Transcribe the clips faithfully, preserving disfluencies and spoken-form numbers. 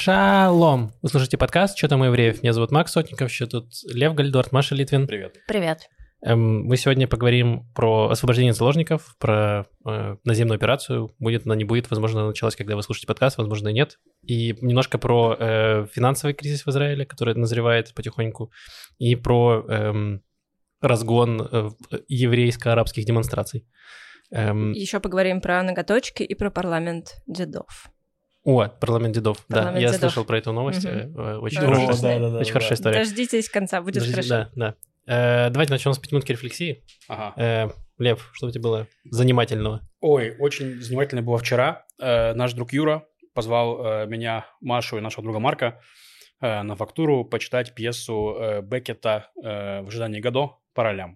Шалом! Вы слушаете подкаст «Что там у евреев?». Меня зовут Макс Сотников, еще тут Лев Гальдорт, Маша Литвин. Привет. Привет. Эм, мы сегодня поговорим про освобождение заложников, про э, наземную операцию. Будет она, не будет, возможно, она началась, когда вы слушаете подкаст, возможно, и нет. И немножко про э, финансовый кризис в Израиле, который назревает потихоньку, и про э, разгон э, еврейско-арабских демонстраций. Эм... Еще поговорим про ноготочки и про парламент дедов. О, парламент дедов. Парламент да, я дедов. слышал про эту новость. Угу. Очень, Да, хорошая, да, да, да, очень да, хорошая да. история. Дождитесь конца, будет Дождитесь, хорошо. Да, да. Э, давайте начнем с пяти минутки рефлексии. Ага. Э, Лев, что у тебя было занимательного? Ой, очень занимательно было вчера. Э, наш друг Юра позвал э, меня, Машу и нашего друга Марка э, на фактуру почитать пьесу э, Беккета э, «В ожидании Годо» по ролям.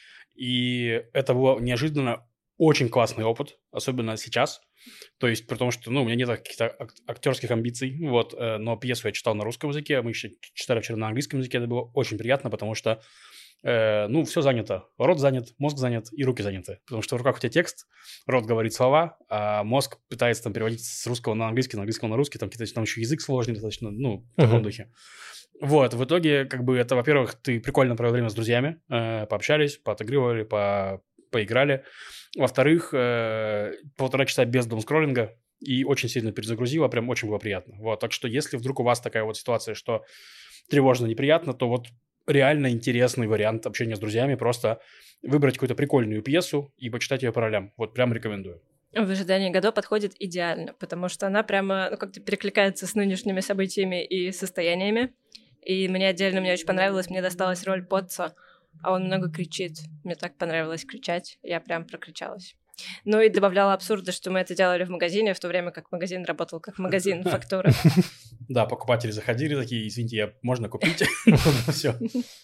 И это было неожиданно очень классный опыт, особенно сейчас. То есть, при том, что ну, у меня нет каких-то ак- актерских амбиций, вот, э, но пьесу я читал на русском языке, мы еще читали вчера на английском языке, это было очень приятно, потому что, э, ну, все занято. Рот занят, мозг занят и руки заняты. Потому что в руках у тебя текст, рот говорит слова, а мозг пытается там переводить с русского на английский, на английского на русский, там, какие-то, там еще язык сложный достаточно, ну, в таком uh-huh. духе. Вот, в итоге, как бы, это, во-первых, ты прикольно провел время с друзьями, э, пообщались, поотыгрывали, по... поиграли. Во-вторых, э, полтора часа без думскроллинга и очень сильно перезагрузило, прям очень было приятно. Вот, так что если вдруг у вас такая вот ситуация, что тревожно, неприятно, то вот реально интересный вариант общения с друзьями, просто выбрать какую-то прикольную пьесу и почитать ее по ролям. Вот прям рекомендую. В ожидании Годо подходит идеально, потому что она прямо, ну, как-то перекликается с нынешними событиями и состояниями. И мне отдельно, мне очень понравилось, мне досталась роль Потца, а он много кричит. Мне так понравилось кричать, я прям прокричалась. Ну и добавляла абсурда, что мы это делали в магазине, в то время как магазин работал как магазин фактуры. Да, покупатели заходили такие, извините, можно купить? Все.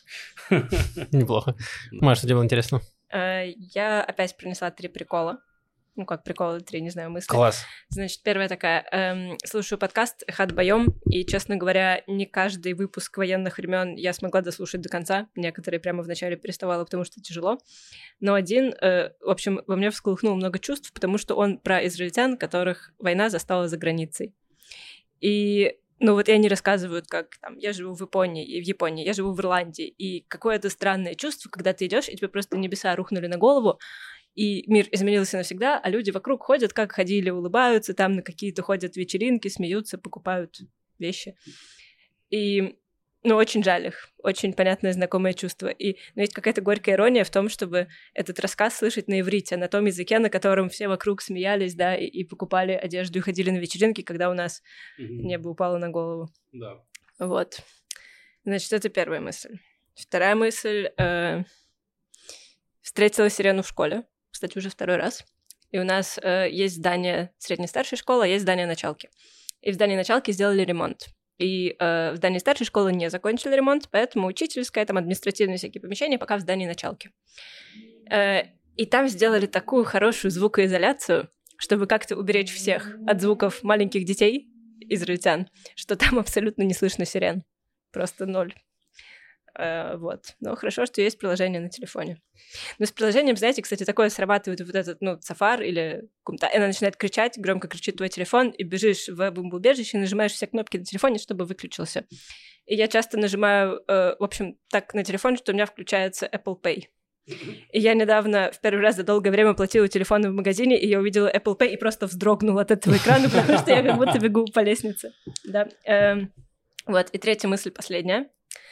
Неплохо. Маш, что дело интересно? Я опять принесла три прикола. Ну, как приколы, три, не знаю, мысли. Класс. Значит, первая такая. Эм, слушаю подкаст «Эхад Боем», и, честно говоря, не каждый выпуск военных времен я смогла дослушать до конца. Некоторые прямо вначале переставала, потому что тяжело. Но один, э, в общем, во мне всколыхнул много чувств, потому что он про израильтян, которых война застала за границей. И... Ну вот и они рассказывают, как там я живу в Японии, и в Японии, я живу в Ирландии, и какое-то странное чувство, когда ты идешь, и тебе просто небеса рухнули на голову, и мир изменился навсегда, а люди вокруг ходят, как ходили, улыбаются, там на какие-то ходят вечеринки, смеются, покупают вещи. И, ну, очень жаль их, очень понятное, знакомое чувство. И, ну, есть какая-то горькая ирония в том, чтобы этот рассказ слышать на иврите, на том языке, на котором все вокруг смеялись, да, и, и покупали одежду, и ходили на вечеринки, когда у нас mm-hmm. небо упало на голову. Да. Вот. Значит, это первая мысль. Вторая мысль. Э, встретила Сирену в школе. Кстати, уже второй раз. И у нас э, есть здание средней-старшей школы, а есть здание началки. И в здании началки сделали ремонт. И э, в здании старшей школы не закончили ремонт, поэтому учительская, там административные всякие помещения пока в здании началки. Э, и там сделали такую хорошую звукоизоляцию, чтобы как-то уберечь всех от звуков маленьких детей, израильтян, что там абсолютно не слышно сирен. Просто ноль. Uh, вот. Но хорошо, что есть приложение на телефоне. Но с приложением, знаете, кстати, такое срабатывает вот этот, ну, Сафар или Кумта, и она начинает кричать, громко кричит твой телефон, и бежишь в бомбоубежище, и нажимаешь все кнопки на телефоне, чтобы выключился. И я часто нажимаю, uh, в общем, так на телефон, что у меня включается Apple Pay. И я недавно в первый раз за долгое время платила телефоном в магазине, и я увидела Apple Pay и просто вздрогнула от этого экрана, потому что я как будто бегу по лестнице. Да. Uh, вот. И третья мысль, последняя.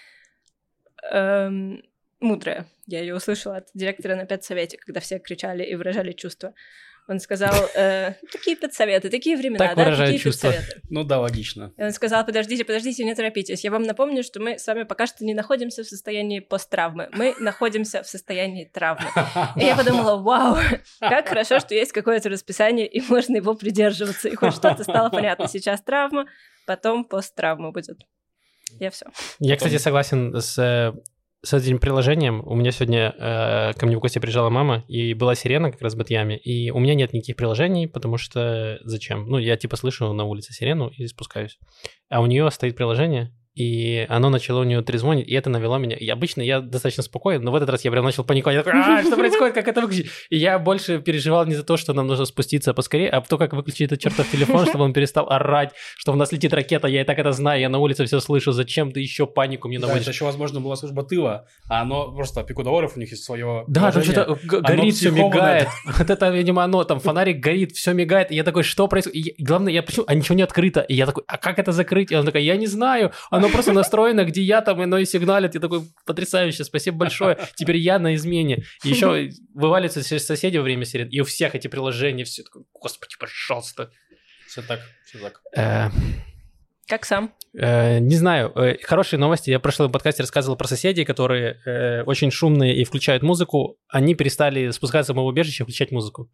Эм, мудрая. Я ее услышала от директора на педсовете, когда все кричали и выражали чувства. Он сказал, э, такие педсоветы, такие времена, так да, такие чувства. педсоветы. Ну да, логично. И он сказал, подождите, подождите, не торопитесь. Я вам напомню, что мы с вами пока что не находимся в состоянии посттравмы. Мы находимся в состоянии травмы. И я подумала, вау, как хорошо, что есть какое-то расписание, и можно его придерживаться. И хоть что-то стало понятно. Сейчас травма, потом посттравма будет. Я все. Я, кстати, согласен с, с этим приложением. У меня сегодня э, ко мне в гости приезжала мама, и была сирена как раз в Бат-Яме, и у меня нет никаких приложений, потому что зачем? Ну, я типа слышу на улице сирену и спускаюсь. А у нее стоит приложение, и оно начало у нее трезвонить, и это навело меня. И обычно я достаточно спокоен, но в этот раз я прям начал паниковать. Я такой, а, что происходит, как это выглядит? И я больше переживал не за то, что нам нужно спуститься поскорее, а то, как выключить этот чертов телефон, чтобы он перестал орать, что у нас летит ракета, я и так это знаю, я на улице все слышу, зачем ты еще панику мне наводишь? Да, это еще, возможно, была служба тыла, а оно просто пикудаоров, у них есть свое Да, там что-то горит, все мигает. Вот это, видимо, оно, там фонарик горит, все мигает, и я такой, что происходит? И главное, я почему, а ничего не открыто, и я такой, а как это закрыть? И он такой, я не знаю, оно просто настроено, где я там, оно и сигналит. Я такой, потрясающе, спасибо большое. Теперь я на измене. И еще вываливаются соседи во время сирен, и у всех эти приложения, все такое, господи, пожалуйста. Все так, все так. Как сам? Не знаю. Хорошие новости. Я в прошлом подкасте рассказывал про соседей, которые очень шумные и включают музыку. Они перестали спускаться в моё убежище и включать музыку.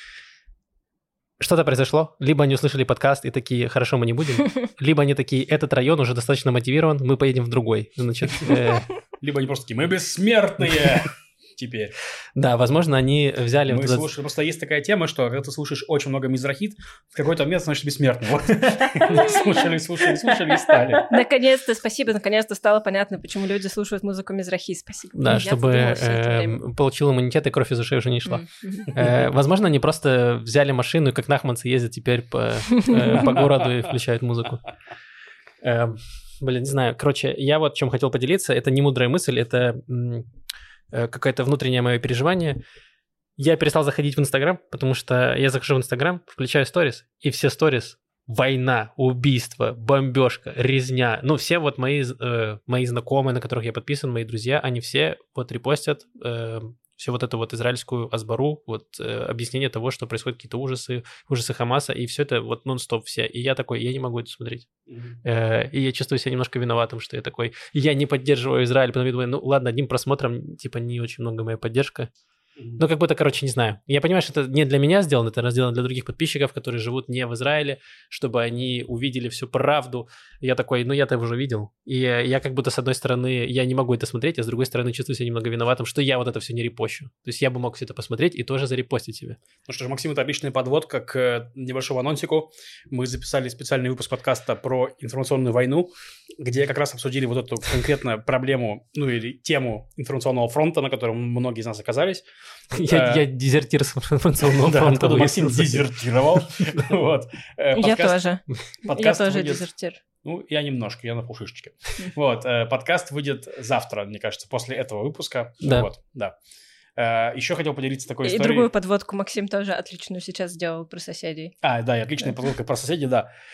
Что-то произошло. Либо они услышали подкаст и такие, хорошо, мы не будем. Либо они такие, этот район уже достаточно мотивирован, мы поедем в другой. Значит, э... Либо они просто такие, мы бессмертные теперь. Да, возможно, они взяли... Мы слушали, просто есть такая тема, что когда ты слушаешь очень много мизрахит, в какой-то момент становишься бессмертным. Вот. Слушали, слушали, слушали и стали. Наконец-то, спасибо, наконец-то стало понятно, почему люди слушают музыку мизрахи. Спасибо. Да, чтобы получил иммунитет и кровь из ушей уже не шла. Возможно, они просто взяли машину и как нахманцы ездят теперь по городу и включают музыку. Блин, не знаю. Короче, я вот чем хотел поделиться. Это не мудрая мысль, это какое-то внутреннее мое переживание. Я перестал заходить в Инстаграм, потому что я захожу в Инстаграм, включаю сторис, и все сторис — война, убийство, бомбежка, резня. Ну, все вот мои, э, мои знакомые, на которых я подписан, мои друзья, они все вот репостят э, все вот эту вот израильскую азбару, вот э, объяснение того, что происходят какие-то ужасы, ужасы Хамаса, и все это вот нон-стоп все. И я такой, я не могу это смотреть. Mm-hmm. Э, и я чувствую себя немножко виноватым, что я такой, я не поддерживаю Израиль, потом я думаю, ну ладно, одним просмотром, типа, не очень много моя поддержка. Ну, как будто, короче, не знаю. Я понимаю, что это не для меня сделано, это сделано для других подписчиков, которые живут не в Израиле, чтобы они увидели всю правду. Я такой, ну, я-то уже видел. И я как будто, с одной стороны, я не могу это смотреть, а с другой стороны, чувствую себя немного виноватым, что я вот это все не репощу. То есть я бы мог все это посмотреть и тоже зарепостить себе. Ну что ж, Максим, это отличная подводка к небольшому анонсику. Мы записали специальный выпуск подкаста про информационную войну, где как раз обсудили вот эту конкретную проблему, ну, или тему информационного фронта, на котором многие из нас оказались. Я, я дезертир с информационного фронта. Да, Максим дезертировал. Я тоже. Я тоже дезертир. Ну, я немножко, я на пушишечке. Вот, подкаст выйдет завтра, мне кажется, после этого выпуска. Да. Вот, да. Еще хотел поделиться такой и историей. И другую подводку Максим тоже отличную сейчас сделал про соседей. А, да, и отличная подводка про соседей,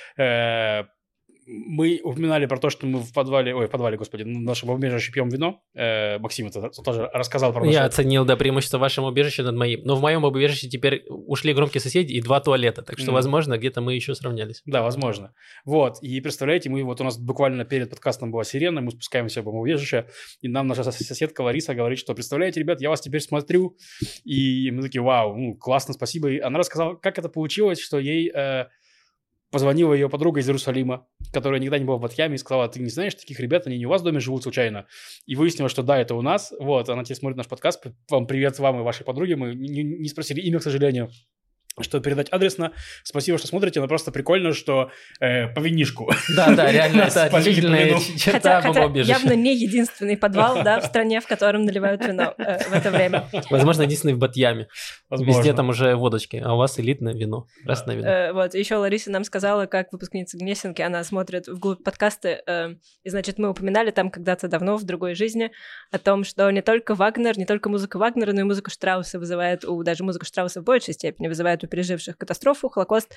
да. Мы упоминали про то, что мы в подвале, ой, в подвале, господи, в нашем убежище пьем вино. Э, Максим это тоже рассказал про наше... Я оценил, да, преимущество вашего убежища над моим. Но в моем убежище теперь ушли громкие соседи и два туалета, так что, mm. возможно, где-то мы еще сравнялись. Да, возможно. Вот, и представляете, мы вот у нас буквально перед подкастом была сирена, мы спускаемся в убежище, и нам наша соседка Лариса говорит, что, представляете, ребят, я вас теперь смотрю, и мы такие, вау, ну, классно, спасибо. И она рассказала, как это получилось, что ей... Э, позвонила ее подруга из Иерусалима, которая никогда не была в Бат-Яме, и сказала, ты не знаешь таких ребят, они не у вас в доме живут случайно. И выяснилось, что да, это у нас. Вот, она теперь смотрит наш подкаст. Вам привет вам и вашей подруге. Мы не, не спросили имя, к сожалению, что передать адресно. Спасибо, что смотрите, но просто прикольно, что э, по винишку. Да, да, реально, это отличная черта моего убежища. Явно не единственный подвал, да, в стране, в котором наливают вино э, в это время. Возможно, единственный в Бат-Яме. Везде там уже водочки, а у вас элитное вино, красное вино. Э, вот, еще Лариса нам сказала, как выпускница Гнесинки, она смотрит вглубь подкасты, э, и, значит, мы упоминали там когда-то давно, в другой жизни, о том, что не только Вагнер, не только музыка Вагнера, но и музыка Штрауса вызывает, у, даже музыка Штрауса в большей степени вызывает у переживших катастрофу, Холокост,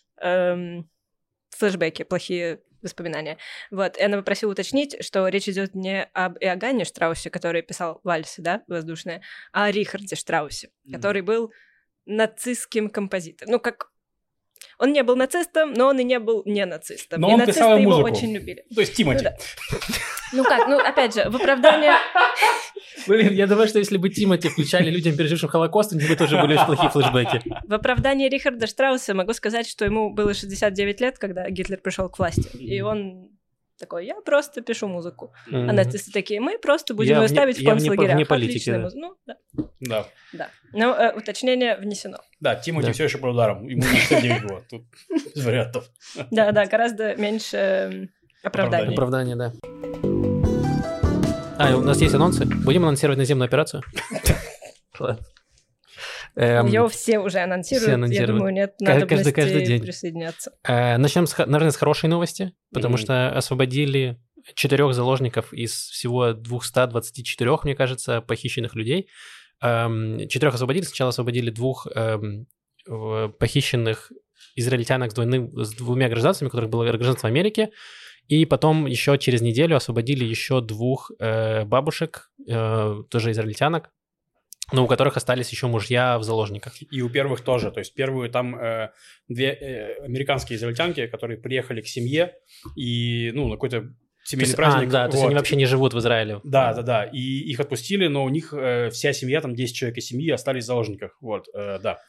эм, флешбеки, плохие воспоминания. Вот, и она попросила уточнить, что речь идет не об Иоганне Штраусе, который писал вальсы, да, воздушные, а о Рихарде Штраусе, mm-hmm. который был нацистским композитором. Ну, как... Он не был нацистом, но он и не был не нацистом. Но и он нацисты писал его музыку. очень любили. То есть Тимати. Ну, да. Ну как, ну опять же, в оправдание... Блин, я думаю, что если бы Тимати включали людям, пережившим Холокост, у них бы тоже были очень плохие флешбеки. В оправдании Рихарда Штрауса могу сказать, что ему было шестьдесят девять лет, когда Гитлер пришел к власти. И он такой, я просто пишу музыку. Mm-hmm. А нацисты такие, мы просто будем я ее ставить вне, в концлагерях. Вне политики, да. Ну, да. Да. Да. Но э, уточнение внесено. Да, Тимати да. все еще под ударом. Ему шестьдесят девять было. Тут без вариантов. Да, да, гораздо меньше Оправдание. Оправдание, да. А, у нас есть анонсы. Будем анонсировать наземную операцию? Ладно. Ее все уже анонсируют. все анонсируют. Я думаю, нет Каждый- надобности каждый день. присоединяться. Э, Начнем, с, х- наверное, с хорошей новости, потому Мгм. что освободили четырех заложников из всего двухсот двадцати четырёх, мне кажется, похищенных людей. Эм, Четырех освободили. Сначала освободили двух эм, в- похищенных израильтянок с, двойным, с двумя гражданствами, у которых было гражданство Америки. И потом еще через неделю освободили еще двух э, бабушек, э, тоже израильтянок, но у которых остались еще мужья в заложниках. И у первых тоже. То есть первую там э, две э, американские израильтянки, которые приехали к семье и, ну, на какой-то То семейный есть, праздник. а, да, то есть вот. они вообще не живут в Израиле. Да, да, да. И их отпустили, но у них э, вся семья, там десять человек из семьи остались в заложниках. Вот, э, да.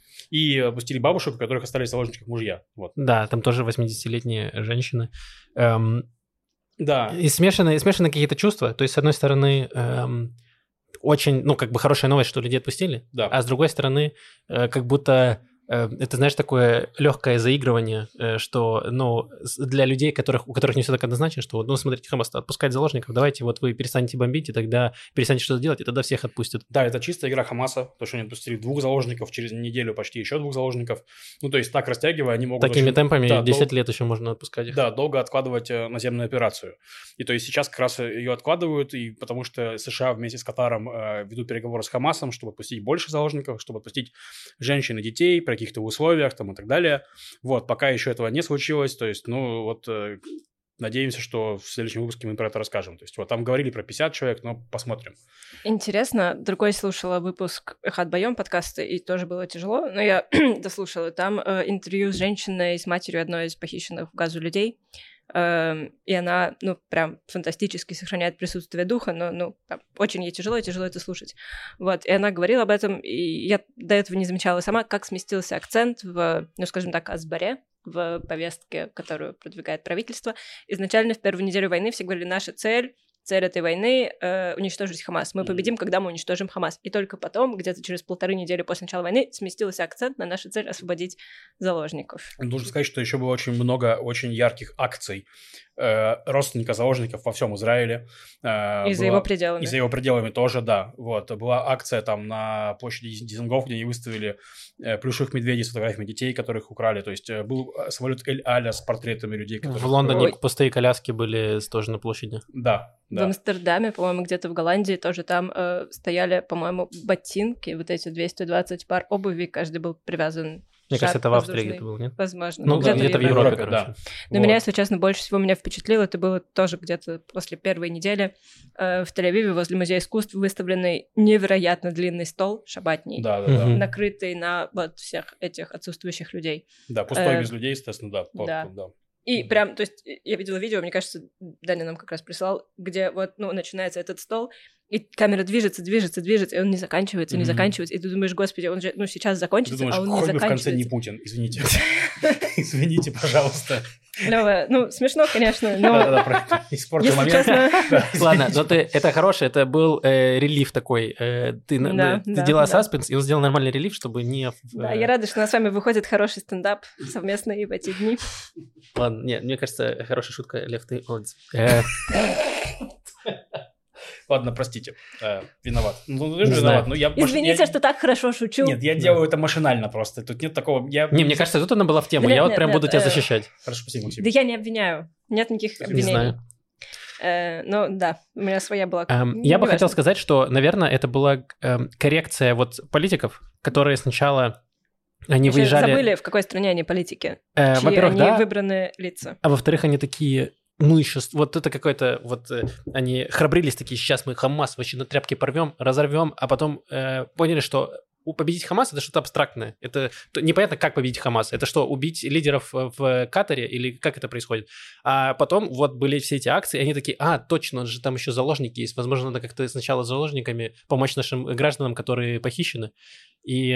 И отпустили бабушек, у которых остались в заложниках мужья. Вот. Да, там тоже восьмидесятилетние женщины. Эм, Да. И смешанные, смешанные какие-то чувства. То есть, с одной стороны, эм, очень, ну, как бы хорошая новость, что людей отпустили, Да. а с другой стороны, э, как будто э, это, знаешь, такое легкое заигрывание, э, что, ну, с- для людей, которых, у которых не все так однозначно, что, вот, ну, смотрите, Хамас отпускает заложников, давайте вот вы перестанете бомбить, и тогда перестанете что-то делать, и тогда всех отпустят. Да, это чистая игра Хамаса, то, что они отпустили двух заложников, через неделю почти еще двух заложников. Ну, то есть так растягивая, они могут... Такими очень- темпами да, десять дол- лет еще можно отпускать их. Да, долго откладывать э, наземную операцию. И то есть сейчас как раз ее откладывают, и потому что США вместе с Катаром э, ведут переговоры с Хамасом, чтобы отпустить больше заложников, чтобы отпустить женщин и детей при каких-то условиях там, и так далее. Вот, пока еще этого не случилось, то есть, ну, вот... э, Надеемся, что в следующем выпуске мы про это расскажем. То есть вот там говорили про пятьдесят человек, но посмотрим. Интересно, другой слушала выпуск «Эхат Байом» подкаста, и тоже было тяжело, но я дослушала. Там э, интервью с женщиной, с матерью одной из похищенных в Газу людей, Эм, и она, ну, прям фантастически сохраняет присутствие духа, но, ну, там, очень ей тяжело, и тяжело это слушать. Вот, и она говорила об этом, и я до этого не замечала сама, как сместился акцент в, ну, скажем так, Асбаре, в повестке, которую продвигает правительство. Изначально в первую неделю войны все говорили, наша цель, цель этой войны э, уничтожить Хамас. Мы победим, когда мы уничтожим Хамас. И только потом, где-то через полторы недели после начала войны, сместился акцент на нашу цель освободить заложников. Нужно сказать, что еще было очень много очень ярких акций э, родственников заложников во всем Израиле. Э, И за было- его пределами. И за его пределами тоже, да. Вот. Была акция там на площади Дизингоф, где они выставили э, плюшевых медведей с фотографиями детей, которых украли. То есть э, был самолет Эль-Аля с портретами людей, которых... В Лондоне Ой. пустые коляски были тоже на площади. Да, В да. Амстердаме, по-моему, где-то в Голландии тоже там э, стояли, по-моему, ботинки, вот эти двести двадцать пар обуви, каждый был привязан. Мне шар кажется, это в Австрии воздушный. где-то было, нет? Возможно. Ну, да, где-то в Европе, Европе, да. короче. Но Вот. меня, если честно, больше всего меня впечатлило, это было тоже где-то после первой недели э, в Тель-Авиве возле Музея искусств выставленный невероятно длинный стол шабатний, Да, да, да. Мгм. накрытый на вот всех этих отсутствующих людей. Да, пустой Э, без людей, естественно, да. по- да. да. И прям, то есть я видела видео, мне кажется, Даня нам как раз прислал, где вот, ну, начинается этот стол, и камера движется, движется, движется, и он не заканчивается, не Мгм. заканчивается, и ты думаешь, господи, он же, ну, сейчас Ты закончится, думаешь, а он не хоть бы в конце заканчивается. не Путин, извините. Извините, пожалуйста. Лёва, ну, смешно, конечно, но... Да-да-да, про- испортил Если момент. честно, Да, Ладно, извините. но ты, это хороший, это был э, релиф такой. э, ты на- Да, ты да, делала да. саспенс, и он сделал нормальный релиф, чтобы не... в- да, э, я рада, что у нас с вами выходит хороший стендап совместный в эти дни. Ладно, нет, мне кажется, хорошая шутка, Лев, ты молодец. Э, Ладно, простите, э, виноват. Ну, ты же Не виноват. знаю. Ну, я маш- Извините, я- что так хорошо шучу. Нет, я делаю это машинально просто. Тут нет такого... Я... Не, мне кажется, тут она была в тему. Нет, Я вот нет, прям нет, буду тебя э, защищать. Хорошо, спасибо, Максим. Да я не обвиняю. Нет никаких Не Не обвинений. знаю. Э, ну, да, у меня своя была. Эм, Ну, Я бы неважно. хотел сказать, что, наверное, это была эм, коррекция вот политиков, которые сначала... Они Вообще выезжали... забыли, в какой стране они политики. э, чьи Во-первых, они да, выбранные лица. а во-вторых, они такие... Мы еще... Вот это какой-то... Вот э, они храбрились такие, сейчас мы Хамас вообще на тряпки порвем, разорвем, а потом э, поняли, что у- победить Хамас — это что-то абстрактное. Это то- непонятно, как победить Хамас. Это что, убить лидеров э, в Катаре или как это происходит? А потом вот были все эти акции, и они такие, а, точно, же там еще заложники есть. Возможно, надо как-то сначала с заложниками помочь нашим гражданам, которые похищены. И,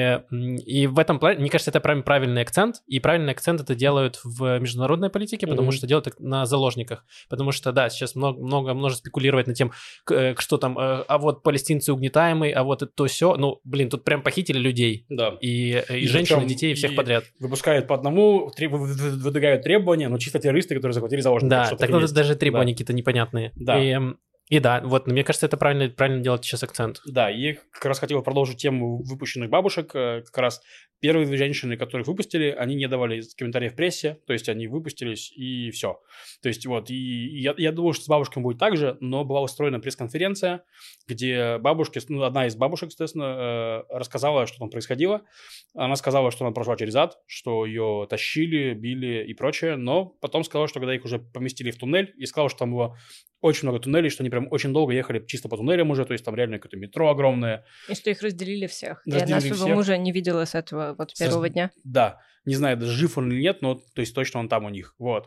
и в этом плане, мне кажется, это прям правильный акцент, и правильный акцент это делают в международной политике, потому mm-hmm. что делают так на заложниках, потому что, да, сейчас много, много можно спекулировать над тем, что там, а вот палестинцы угнетаемые, а вот это то все, ну, блин, тут прям похитили людей, да. и, и, и женщин, и детей, и всех подряд. Выпускают по одному, треб... выдвигают требования, но чисто террористы, которые захватили заложников. Да, так ну, даже требования да. какие-то непонятные. Да. И, И да, вот, мне кажется, это правильно, правильно делать сейчас акцент. Да, и как раз хотел продолжить тему выпущенных бабушек. Как раз первые две женщины, которых выпустили, они не давали комментариев в прессе, то есть они выпустились и все. То есть вот, и я, я думаю, что с бабушками будет так же, но была устроена пресс-конференция, где бабушки, ну, одна из бабушек, естественно, рассказала, что там происходило. Она сказала, что она прошла через ад, что ее тащили, били и прочее, но потом сказала, что когда их уже поместили в туннель, и сказала, что там было очень много туннелей, что они прям очень долго ехали чисто по туннелям уже, то есть там реально какое-то метро огромное. И что их разделили всех. Разделили Я нашего всех. мужа не видела с этого вот первого С... дня. Да, не знаю, даже жив он или нет, но то есть точно он там у них, вот.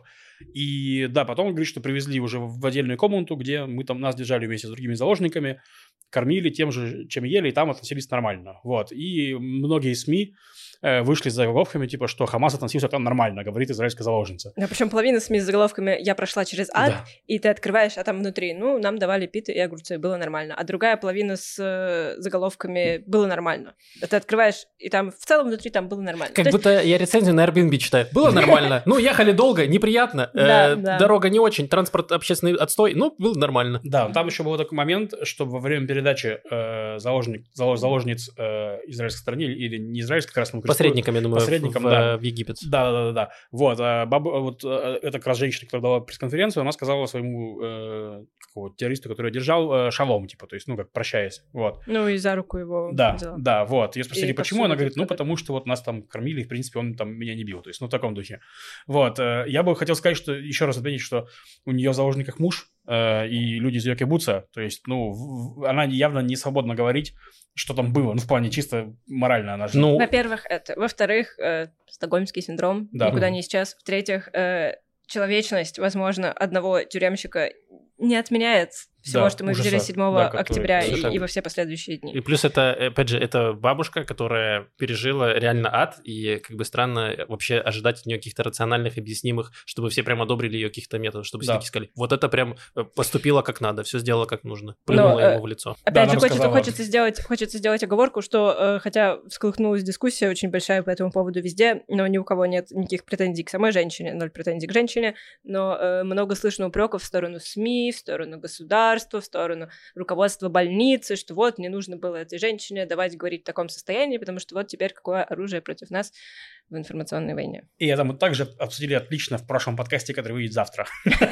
И да, потом он говорит, что привезли уже в отдельную комнату, где мы там, нас держали вместе с другими заложниками, кормили тем же, чем ели, и там относились нормально, вот. И многие СМИ э, вышли с заголовками, типа, что Хамас относился там нормально, говорит израильская заложница. Да, причем половина СМИ с заголовками «Я прошла через ад», да. и ты открываешь, а там внутри, ну, нам давали питы и огурцы, было нормально. А другая половина с э, заголовками «Было нормально». А ты открываешь, и там в целом внутри там было нормально. Как То будто есть... я рецензию на Airbnb читаю. Было нормально. Ну, ехали долго, неприятно. Дорога не очень, транспорт общественный отстой, ну, было нормально. Да, там еще был такой момент, что во время передачи заложник, заложниц израильской стране, или не израильской, как раз мы посредникам, я думаю, посредникам, в, да. в Египет. Да, да, да, да. Вот, а баба, вот это как раз женщина, которая дала пресс-конференцию, она сказала своему э, какого, террористу, который держал, э, шалом, типа, то есть, ну, как прощаясь, вот. Ну, и за руку его Да, взяла. Да, вот. Ее спросили, и почему, она говорит, ну, как... потому что вот нас там кормили, и, в принципе, он там меня не бил, то есть, ну, в таком духе. Вот, э, я бы хотел сказать, что, еще раз отметить, что у нее в заложниках муж, э, и люди из ее кибуца, то есть, ну, в, она явно не свободна говорить, что там было, ну, в плане чисто морально она же... Ну... Во-первых, это. Во-вторых, э, стокгольмский синдром да. никуда не исчез. В-третьих, э, человечность, возможно, одного тюремщика не отменяет всего, да, что мы ужаса, видели седьмого да, октября и, и во все последующие дни. И плюс это, опять же, это бабушка, которая пережила реально ад, и как бы странно вообще ожидать от нее каких-то рациональных, объяснимых, чтобы все прям одобрили ее каких-то методов, чтобы да. все таки сказали, вот это прям поступило как надо, все сделала как нужно, плюнула ему в лицо. Опять да, же, хочется, сказала... хочется, сделать, хочется сделать оговорку, что, хотя всколыхнулась дискуссия очень большая по этому поводу везде, но ни у кого нет никаких претензий к самой женщине, ноль претензий к женщине, но э, много слышно упреков в сторону СМИ, в сторону государства, в сторону руководства больницы, что вот, не нужно было этой женщине давать говорить в таком состоянии, потому что вот теперь какое оружие против нас в информационной войне. И это мы также обсудили отлично в прошлом подкасте, который выйдет завтра.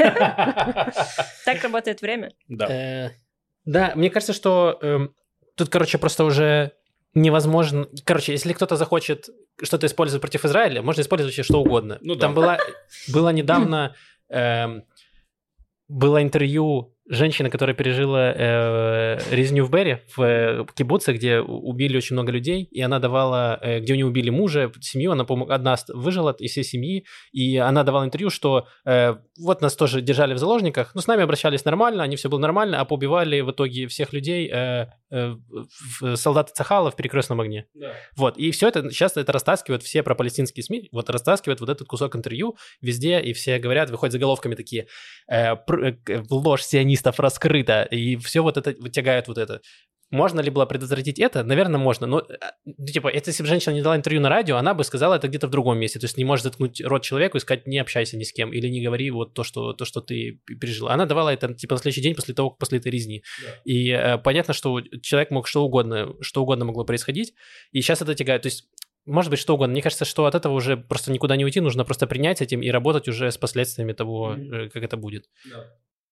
Так работает время. Да. Да, мне кажется, что тут, короче, просто уже невозможно... Короче, если кто-то захочет что-то использовать против Израиля, можно использовать вообще что угодно. Ну, Там да. была, было недавно... Эм, было интервью женщины, которая пережила э, резню в Берри, в э, кибуце, где убили очень много людей, и она давала, э, где у нее убили мужа, семью, она помог, одна выжила из всей семьи, и она давала интервью, что э, вот нас тоже держали в заложниках, но с нами обращались нормально, они все было нормально, а поубивали в итоге всех людей э, э, солдаты Цахала в перекрестном огне. Да. Вот, и все это, сейчас это растаскивают все пропалестинские СМИ, вот растаскивают вот этот кусок интервью везде, и все говорят, выходят заголовками такие, э, ложь сионистов раскрыта, и все вот это вытягают вот это. Можно ли было предотвратить это? Наверное, можно. Но, типа, это, если бы женщина не дала интервью на радио, она бы сказала это где-то в другом месте. То есть не может заткнуть рот человеку и сказать, не общайся ни с кем, или не говори вот то, что, то, что ты пережила. Она давала это, типа, на следующий день после того, после этой резни. Да. И э, понятно, что человек мог что угодно, что угодно могло происходить, и сейчас это тягает. То есть может быть, что угодно. Мне кажется, что от этого уже просто никуда не уйти, нужно просто принять этим и работать уже с последствиями того, mm-hmm. как это будет. Да.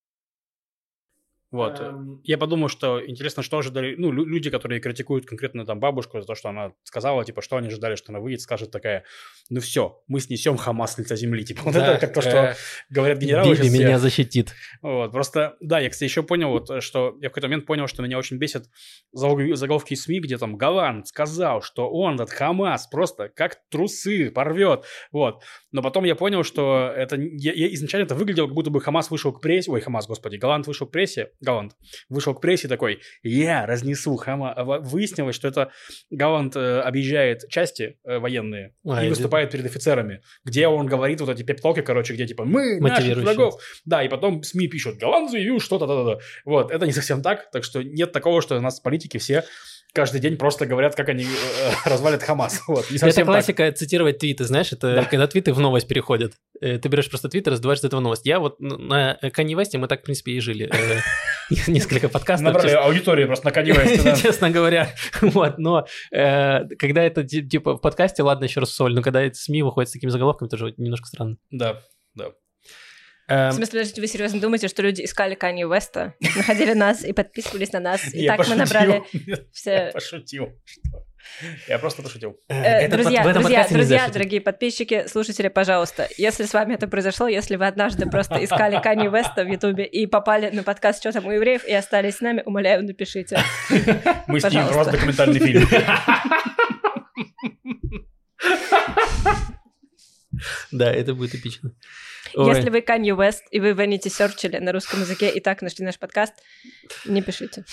Вот. Um... Я подумал, что интересно, что ожидали, ну, люди, которые критикуют конкретно там бабушку за то, что она сказала, типа, что они ожидали, что она выйдет, скажет такая, ну все, мы снесем Хамас с лица земли, типа, вот это как то, что говорят генералы. Биби меня защитит. Вот, просто, да, я, кстати, еще понял, вот, что я в какой-то момент понял, что меня очень бесит заголовки СМИ, где там Галант сказал, что он этот Хамас просто как трусы порвет, вот. Но потом я понял, что это, я, я изначально это выглядело, как будто бы Хамас вышел к прессе, ой, Хамас, господи, Галант вышел к прессе, Галланд, вышел к прессе такой, я разнесу Хама. Выяснилось, что это Галланд э, объезжает части э, военные а, и выступает перед офицерами, где он говорит вот эти пеп-токи, короче, где типа мы, наших врагов. Да, и потом СМИ пишут, Галланд заявил что-то, да-да-да. Вот, это не совсем так, так что нет такого, что у нас политики все каждый день просто говорят, как они э, развалят Хамас. Вот, не это классика так. Цитировать твиты, знаешь, это да. Когда твиты в новость переходят. Ты берешь просто твит и раздуваешь из этого новость. Я вот на Kanye West мы так, в принципе, и жили. Несколько подкастов. Набрали аудиторию просто на Kanye West. Честно говоря. Вот, но когда это типа в подкасте, ладно, еще раз соль, но когда СМИ выходят с такими заголовками, тоже немножко странно. Да, да. В смысле, подождите, вы серьезно думаете, что люди искали Канье Уэста, находили нас и подписывались на нас, и так мы набрали все... Я пошутил. Я просто пошутил. Друзья, друзья, друзья, дорогие подписчики, слушатели, пожалуйста, если с вами это произошло, если вы однажды просто искали Канье Уэста в Ютубе и попали на подкаст «Что там у евреев» и остались с нами, умоляю, напишите. Мы снимем просто документальный фильм. Да, это будет эпично. Ой. Если вы Kanye West и вы Vanity Search'или на русском языке и так нашли наш подкаст, не пишите.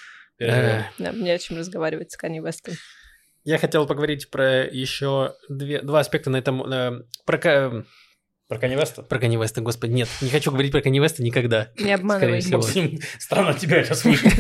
Да, мне о чем разговаривать с Kanye West'ом. Я хотел поговорить про еще две, два аспекта на этом... Про... Про Kanye West'а? Про Kanye West'а, господи, нет. Не хочу говорить про Kanye West'а никогда. Не обманывай. Максим, странно тебя это слышать.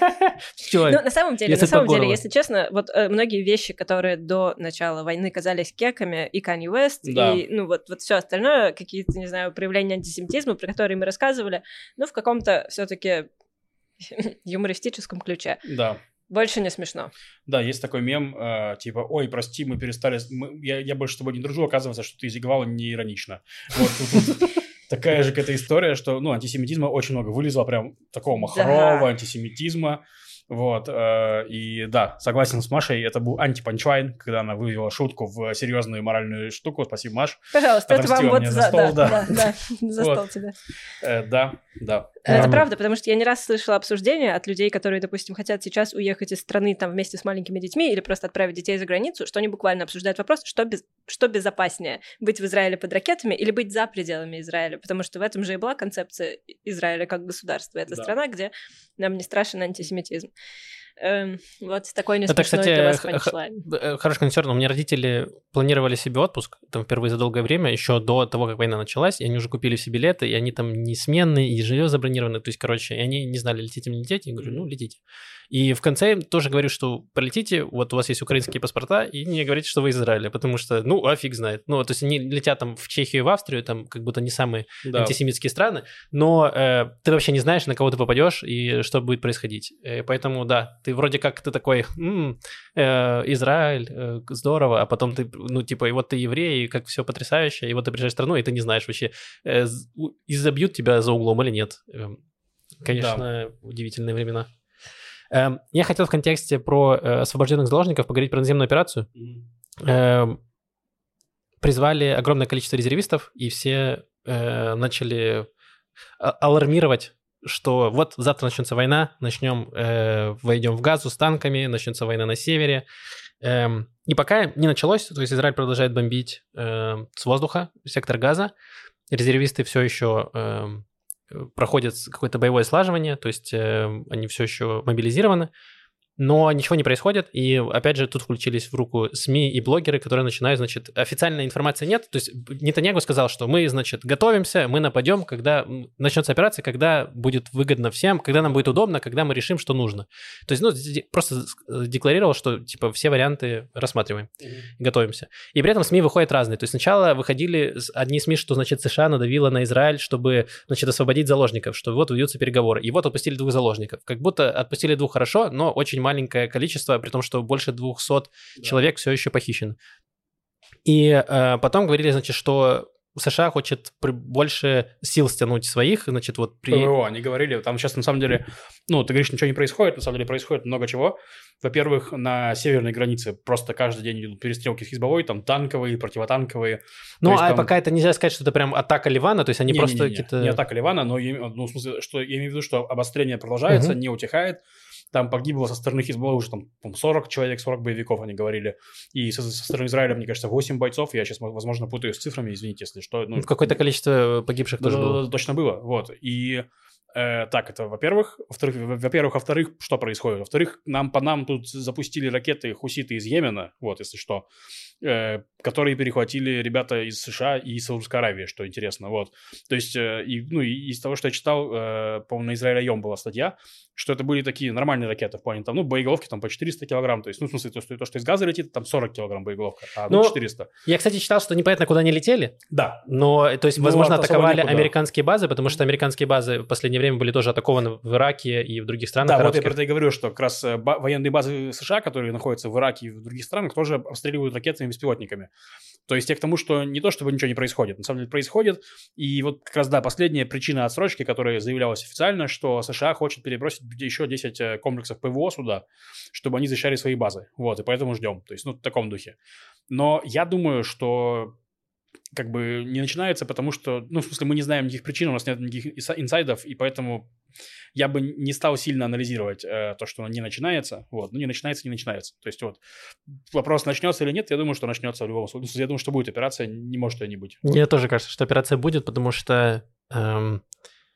Ну, на самом деле, на самом деле, если честно, вот э, многие вещи, которые до начала войны казались кеками, и Kanye West, да. и, ну, вот, вот все остальное, какие-то, не знаю, проявления антисемитизма, про которые мы рассказывали, ну, в каком-то все-таки юмористическом ключе. Да. Больше не смешно. Да, есть такой мем, э, типа, ой, прости, мы перестали, мы, я, я больше с тобой не дружу, оказывается, что ты изъявляла не иронично. Вот тут, тут такая же какая-то история, что, ну, антисемитизма очень много вылезло, прям такого махрового да. антисемитизма. Вот, э, и да, согласен с Машей, это был анти-панчлайн, когда она вывела шутку в серьезную моральную штуку. Спасибо, Маш. Пожалуйста, это вам вот за, за стол, да, да, да, за стол тебе. Э, да, да. Это правда, потому что я не раз слышала обсуждения от людей, которые, допустим, хотят сейчас уехать из страны там вместе с маленькими детьми или просто отправить детей за границу, что они буквально обсуждают вопрос, что, без, что безопаснее, быть в Израиле под ракетами или быть за пределами Израиля, потому что в этом же и была концепция Израиля как государства. Это да. страна, где нам не страшен антисемитизм. Эм, вот такой не смешной кстати, для вас панчлайн. Х- хороший концерт. У меня родители планировали себе отпуск там впервые за долгое время, еще до того, как война началась, и они уже купили себе билеты, и они там не сменные, и жилье забронировано, то есть, короче, и они не знали, летите или не летите. Я говорю, ну, летите. И в конце им тоже говорю, что полетите, вот у вас есть украинские паспорта, и не говорите, что вы из Израиля, потому что, ну, а фиг знает. Ну, то есть они летят там в Чехию и в Австрию, там как будто не самые да. антисемитские страны, но э, ты вообще не знаешь, на кого ты попадешь и что будет происходить. Э, поэтому, да, ты вроде как ты такой, м-м, э, Израиль, э, здорово, а потом ты, ну, типа, и вот ты еврей, и как все потрясающе, и вот ты приезжаешь в страну, и ты не знаешь вообще, э, изобьют тебя за углом или нет. Э, конечно, да. удивительные времена. Я хотел в контексте про э, освобожденных заложников поговорить про наземную операцию. Mm-hmm. Э, призвали огромное количество резервистов, и все э, начали алармировать, что вот завтра начнется война, начнем, э, войдем в Газу с танками, начнется война на севере. Э, и пока не началось, то есть Израиль продолжает бомбить э, с воздуха сектор Газа, резервисты все еще... Э, проходят какое-то боевое слаживание, то есть э, они все еще мобилизированы, но ничего не происходит, и опять же тут включились в руку СМИ и блогеры, которые начинают, значит, официальной информации нет, то есть Нетаньягу сказал, что мы, значит, готовимся, мы нападем, когда начнется операция, когда будет выгодно всем, когда нам будет удобно, когда мы решим, что нужно. То есть, ну, просто декларировал, что, типа, все варианты рассматриваем, mm-hmm. готовимся. И при этом СМИ выходят разные, то есть сначала выходили одни СМИ, что, значит, США надавила на Израиль, чтобы, значит, освободить заложников, что вот ведутся переговоры, и вот отпустили двух заложников. Как будто отпустили двух хорошо, но очень маленькое количество, при том, что больше двухсот да. человек все еще похищены. И э, потом говорили, значит, что США хочет больше сил стянуть своих, значит, вот при... ПВО, они говорили, там сейчас на самом деле, ну, ты говоришь, ничего не происходит, на самом деле происходит много чего. Во-первых, на северной границе просто каждый день идут перестрелки с Хизбаллой, там танковые, противотанковые. Ну, а там... пока это нельзя сказать, что это прям атака Ливана, то есть они не, просто не, не, не, какие-то... Не атака Ливана, но я, ну, в смысле, что я имею в виду, что обострение продолжается, угу. не утихает. Там погибло со стороны Хизбаллы уже там сорок человек, сорок боевиков, они говорили. И со, со стороны Израиля, мне кажется, восемь бойцов. Я сейчас, возможно, путаю с цифрами, извините, если что. Ну, какое-то количество погибших тоже да, было. Точно было, вот. И Э, так, это во-первых. Во-вторых, во-первых, во-вторых, что происходит? Во-вторых, нам по нам тут запустили ракеты хуситы из Йемена, вот, если что, э, которые перехватили ребята из США и Саудовской Аравии, что интересно, вот. То есть, э, и, ну, и из того, что я читал, э, по-моему, на Израиль Айом была статья, что это были такие нормальные ракеты, в плане, там, ну, боеголовки там по четыреста килограмм, то есть, ну, в смысле, то, что, то, что из газа летит, там сорок килограмм боеголовка, а ну, четыреста. Я, кстати, читал, что непонятно, куда они летели. Да. Но, то есть, ну, возможно, атаковали некуда. американские базы, потому что американские базы в последнее время были тоже атакованы в Ираке и в других странах. Да, арабских. вот я про это и говорю, что как раз ба- военные базы США, которые находятся в Ираке и в других странах, тоже обстреливают ракетами и беспилотниками. То есть я к тому, что не то, чтобы ничего не происходит, на самом деле происходит. И вот как раз, да, последняя причина отсрочки, которая заявлялась официально, что США хочет перебросить еще десять комплексов ПВО сюда, чтобы они защищали свои базы. Вот, и поэтому ждем. То есть, ну, в таком духе. Но я думаю, что как бы не начинается, потому что, ну, в смысле, мы не знаем никаких причин, у нас нет никаких инсайдов, и поэтому я бы не стал сильно анализировать э, то, что не начинается. Вот, ну, не начинается, не начинается. То есть вот вопрос, начнется или нет, я думаю, что начнется в любом случае. Я думаю, что будет операция, не может ее не быть. Мне тоже кажется, что операция будет, потому что эм,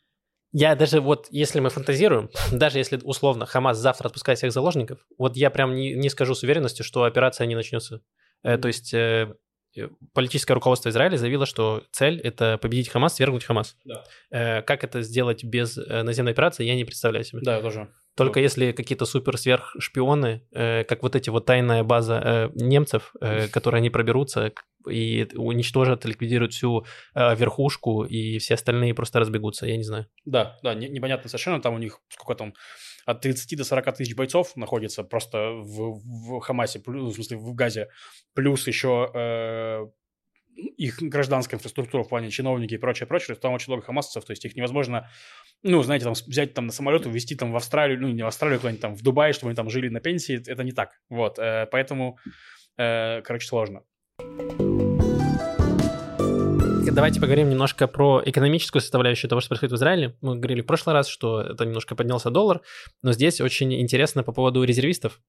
я даже вот, если мы фантазируем, даже если условно Хамас завтра отпускает всех заложников, вот я прям не, не скажу с уверенностью, что операция не начнется. Э, то есть э, политическое руководство Израиля заявило, что цель – это победить Хамас, свергнуть Хамас. Да. Э, как это сделать без э, наземной операции, я не представляю себе. Да, я тоже. Только вот. Если какие-то супер-сверхшпионы, э, как вот эти вот тайная база э, немцев, э, которые они проберутся и уничтожат, ликвидируют всю э, верхушку, и все остальные просто разбегутся, я не знаю. Да, да, не, непонятно совершенно, там у них сколько там, от тридцати до сорока тысяч бойцов находится просто в, в Хамасе, плюс, в смысле в Газе, плюс еще э, их гражданская инфраструктура в плане чиновники и прочее, прочее, там очень много хамасцев, то есть их невозможно, ну, знаете, там взять там на самолет, увезти там в Австралию, ну, не в Австралию, куда-нибудь там в Дубай, чтобы они там жили на пенсии, это не так, вот, э, поэтому, э, короче, сложно. Давайте поговорим немножко про экономическую составляющую того, что происходит в Израиле. Мы говорили в прошлый раз, что это немножко поднялся доллар, но здесь очень интересно по поводу резервистов.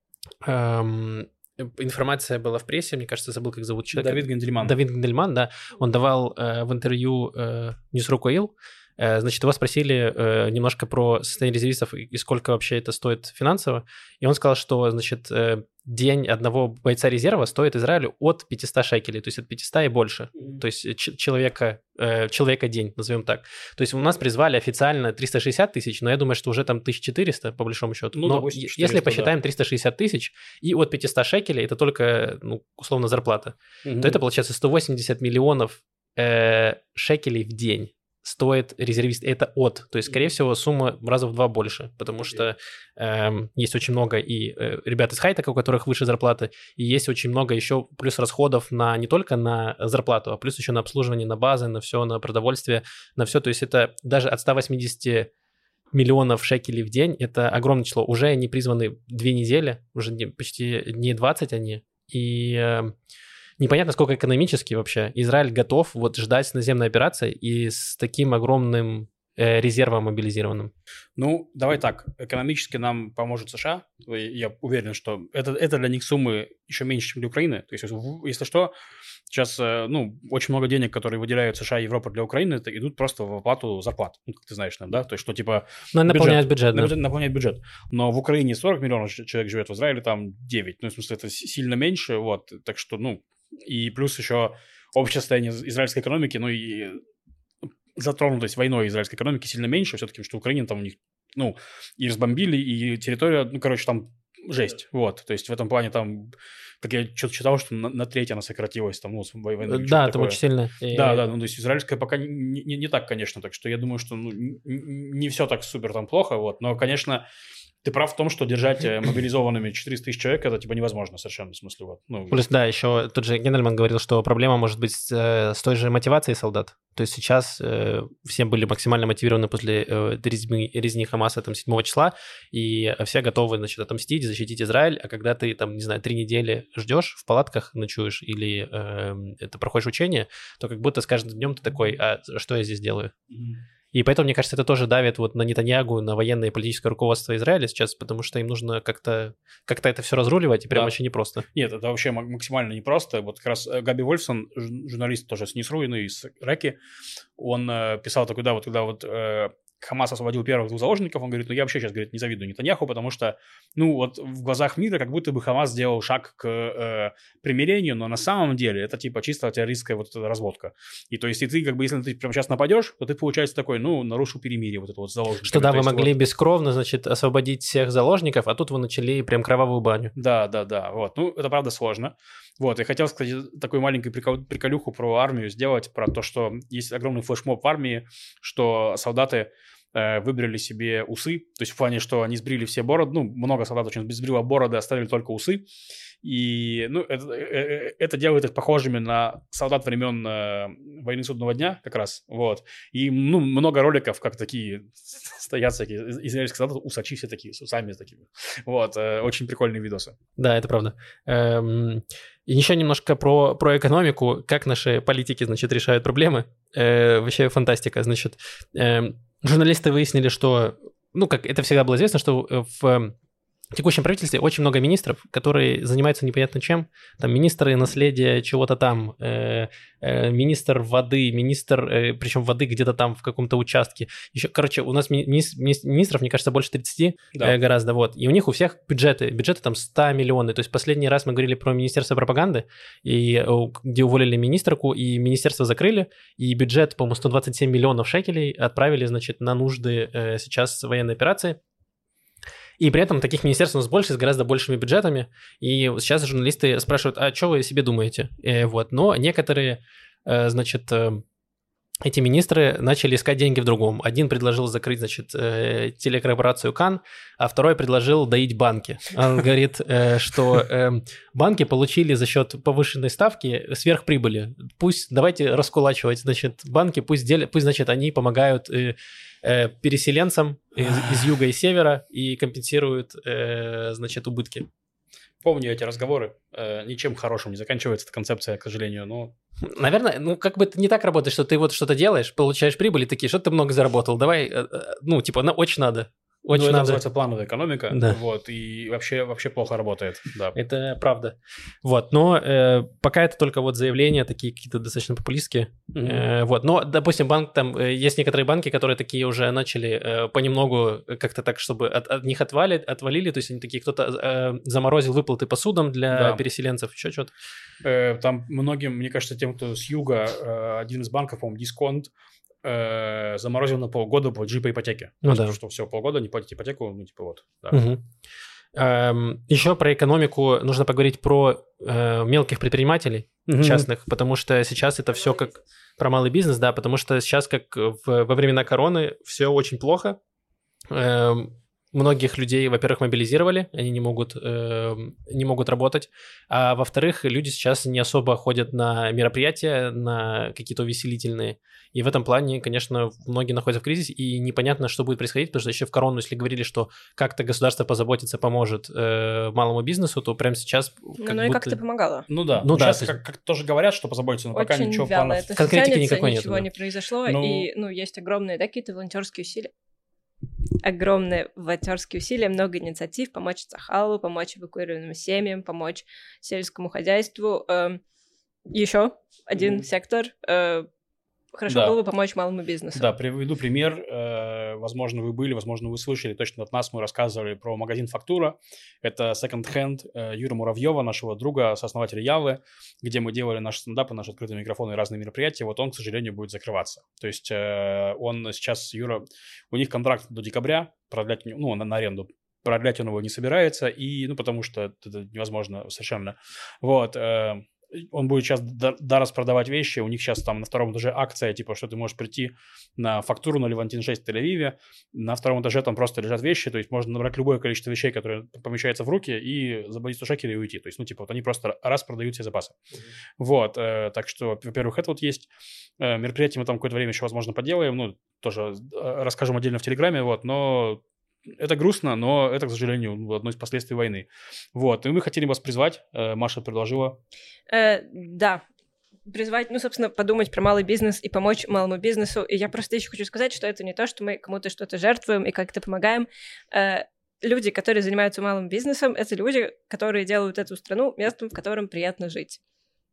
Эм, информация была в прессе, мне кажется, забыл, как зовут человека. Давид Гендельман. Давид Гендельман, да. Он давал э, в интервью э, Newsroom. Э, значит, его спросили э, немножко про состояние резервистов и, и сколько вообще это стоит финансово. И он сказал, что, значит, э, день одного бойца резерва стоит Израилю от пятисот шекелей, то есть от пятисот и больше. Mm-hmm. То есть ч- человека, э, человека день, назовем так. То есть у нас призвали официально триста шестьдесят тысяч, но я думаю, что уже там тысяча четыреста по большому счету. Ну, но допустим, четыреста, если посчитаем да. триста шестьдесят тысяч и от пятисот шекелей, это только, ну, условно, зарплата, mm-hmm. то это получается сто восемьдесят миллионов э, шекелей в день. Стоит резервист, это от, то есть, скорее всего, сумма раза в два больше, потому что э, есть очень много и э, ребят из хай-тека, у которых выше зарплаты, и есть очень много еще плюс расходов на не только на зарплату, а плюс еще на обслуживание, на базы, на все, на продовольствие, на все, то есть это даже от ста восьмидесяти миллионов шекелей в день, это огромное число, уже они призваны две недели, уже не, почти дней двадцать они, и... Э, непонятно, сколько экономически вообще Израиль готов вот ждать наземной операции и с таким огромным э, резервом мобилизированным. Ну, давай так. Экономически нам поможет США. Я уверен, что это, это для них суммы еще меньше, чем для Украины. То есть, если что, сейчас ну, очень много денег, которые выделяют США и Европа для Украины, это идут просто в оплату зарплат. Ну, как ты знаешь, да? То есть, что типа... Ну, наполняют бюджет, да. Наполняет бюджет. Но в Украине сорок миллионов человек живет, в Израиле там девять. Ну, в смысле, это сильно меньше, вот. Так что, ну... И плюс еще общее состояние израильской экономики, ну и затронутость войной израильской экономики сильно меньше, все-таки, что Украина там у них, ну, и разбомбили, и территория, ну, короче, там жесть, вот. То есть в этом плане там, как я что-то читал, что на, на треть она сократилась, там, ну, войной. Да, там такое. Очень сильно. Да, да, ну, то есть израильская пока не, не, не так, конечно, так что я думаю, что ну, не все так супер там плохо, вот, но, конечно... Ты прав в том, что держать мобилизованными четыреста тысяч человек это типа невозможно совершенно, в смысле вот. Ну. Плюс, да, еще тот же Гендельман говорил, что проблема может быть с, с той же мотивацией солдат. То есть сейчас э, все были максимально мотивированы после э, резни, резни Хамаса там седьмого числа, и все готовы, значит, отомстить, защитить Израиль, а когда ты там, не знаю, три недели ждешь, в палатках ночуешь или э, ты проходишь учение, то как будто с каждым днем ты такой, а что я здесь делаю? Mm-hmm. И поэтому, мне кажется, это тоже давит вот на Нетаньягу, на военное и политическое руководство Израиля сейчас, потому что им нужно как-то, как-то это все разруливать, и прям да. очень непросто. Нет, это вообще максимально непросто. Вот как раз Габи Вольфсон, журналист тоже с Newsroom, ну и с Раки, он э, писал такой, да, вот когда вот э, Хамас освободил первых двух заложников, он говорит, ну я вообще сейчас, говорит, не завидую Нетаньяху, потому что, ну вот в глазах мира как будто бы Хамас сделал шаг к э, примирению, но на самом деле это типа чисто террористская вот эта разводка. И то есть, и ты как бы, если ты прямо сейчас нападешь, то ты, получается, такой, ну, нарушил перемирие вот это вот заложников. Что да, вы есть, могли вот... бескровно, значит, освободить всех заложников, а тут вы начали прям кровавую баню. Да, да, да, вот. Ну, это правда сложно. Вот, и хотел, кстати, такую маленькую прикол, приколюху про армию сделать, про то, что есть огромный флешмоб в армии, что солдаты э, выбрали себе усы, то есть в плане, что они сбрили все бороды, ну, много солдат очень сбрило бороды, оставили только усы, и, ну, это, это делает их похожими на солдат времен э, войны судного дня, как раз, вот, и, ну, много роликов, как такие стоят всякие израильские солдаты, усачи все такие, с усами такими, вот, э, очень прикольные видосы. Да, это правда. Эм... И еще немножко про, про экономику, как наши политики, значит, решают проблемы. Э, вообще фантастика. Значит, э, журналисты выяснили, что, ну, как это всегда было известно, что в текущем правительстве очень много министров, которые занимаются непонятно чем. Там министры наследия чего-то там, э, э, министр воды, министр, э, причем воды где-то там в каком-то участке. Еще, короче, у нас ми- ми- министров, мне кажется, больше тридцати да. э, гораздо, вот. И у них у всех бюджеты, бюджеты там сто миллионов. То есть последний раз мы говорили про Министерство пропаганды, и, э, где уволили министрку, и министерство закрыли, и бюджет, по-моему, сто двадцать семь миллионов шекелей отправили, значит, на нужды э, сейчас военной операции. И при этом таких министерств у нас больше, с гораздо большими бюджетами. И сейчас журналисты спрашивают, а что вы себе думаете? И вот. Но некоторые, значит, эти министры начали искать деньги в другом. Один предложил закрыть, значит, телекорпорацию Кан, а второй предложил доить банки. Он говорит, что банки получили за счет повышенной ставки сверхприбыли. Пусть, давайте раскулачивать, значит, банки, пусть, делят, пусть, значит, они помогают переселенцам из, из юга и севера и компенсируют, значит, убытки. Помню эти разговоры. Ничем хорошим не заканчивается эта концепция, к сожалению, но... Наверное, ну, как бы это не так работает, что ты вот что-то делаешь, получаешь прибыль, и такие, что ты много заработал, давай, ну, типа, на, очень надо. Очень ну, это надо. называется плановая экономика, да. Вот, и вообще, вообще плохо работает, да. Это правда. Вот, но э, пока это только вот заявления, такие какие-то достаточно популистские, mm-hmm. э, вот, но, допустим, банк, там, э, есть некоторые банки, которые такие уже начали э, понемногу как-то так, чтобы от, от них отвали, отвалили, то есть они такие, кто-то э, заморозил выплаты по судам для да. переселенцев, еще что-то. Э, там многим, мне кажется, тем, кто с юга, э, один из банков, по-моему, Дисконт, заморозил на полгода платежи по ипотеке. Ну То да. Что все, полгода не платить ипотеку, ну типа вот. Да. Угу. Эм, еще про экономику нужно поговорить про э, мелких предпринимателей угу. частных, потому что сейчас это все как про малый бизнес, да, потому что сейчас как в, во времена короны все очень плохо. Эм, Многих людей, во-первых, мобилизировали, они не могут, э, не могут работать, а во-вторых, люди сейчас не особо ходят на мероприятия, на какие-то увеселительные, и в этом плане, конечно, многие находятся в кризисе, и непонятно, что будет происходить, потому что еще в корону, если говорили, что как-то государство позаботится, поможет э, малому бизнесу, то прямо сейчас... Ну, как ну будто... и как-то помогало. Ну да, ну, ну, да, сейчас как, как тоже говорят, что позаботиться, но очень пока ничего вяло планов... это конкретики тянется, никакой ничего нет, да. не произошло, ну... и, ну, есть огромные, да, какие-то волонтерские усилия. Огромные волонтерские усилия, много инициатив, помочь Цахалу, помочь эвакуированным семьям, помочь сельскому хозяйству. Э, еще один mm. сектор. Э, хорошо да. было бы помочь малому бизнесу. Да, приведу пример. Э, возможно, вы были, возможно, вы слышали. Точно от нас мы рассказывали про магазин «Фактура». Это секонд-хенд э, Юры Муравьева, нашего друга, сооснователя Явы, где мы делали наши стендапы, наши открытые микрофоны и разные мероприятия. Вот он, к сожалению, будет закрываться. То есть э, он сейчас, Юра, у них контракт до декабря, продлять, ну, на, на аренду. Продлять он его не собирается, и, ну, потому что это невозможно совершенно. Вот, э, он будет сейчас до, до распродавать вещи, у них сейчас там на втором этаже акция, типа, что ты можешь прийти на «Фактуру» на Левантин шесть в Тель-Авиве, на втором этаже там просто лежат вещи, то есть можно набрать любое количество вещей, которые помещаются в руки, и заплатить сто шекелей и уйти, то есть, ну, типа, вот они просто раз продают все запасы. Mm-hmm. Вот, э, так что, во-первых, это вот есть, э, мероприятие мы там какое-то время еще, возможно, поделаем, ну, тоже э, расскажем отдельно в Телеграме, вот, но... Это грустно, но это, к сожалению, одно из последствий войны. Вот, и мы хотели вас призвать, Маша предложила. Э, да, призвать, ну, собственно, подумать про малый бизнес и помочь малому бизнесу. И я просто еще хочу сказать, что это не то, что мы кому-то что-то жертвуем и как-то помогаем. Э, люди, которые занимаются малым бизнесом, это люди, которые делают эту страну местом, в котором приятно жить.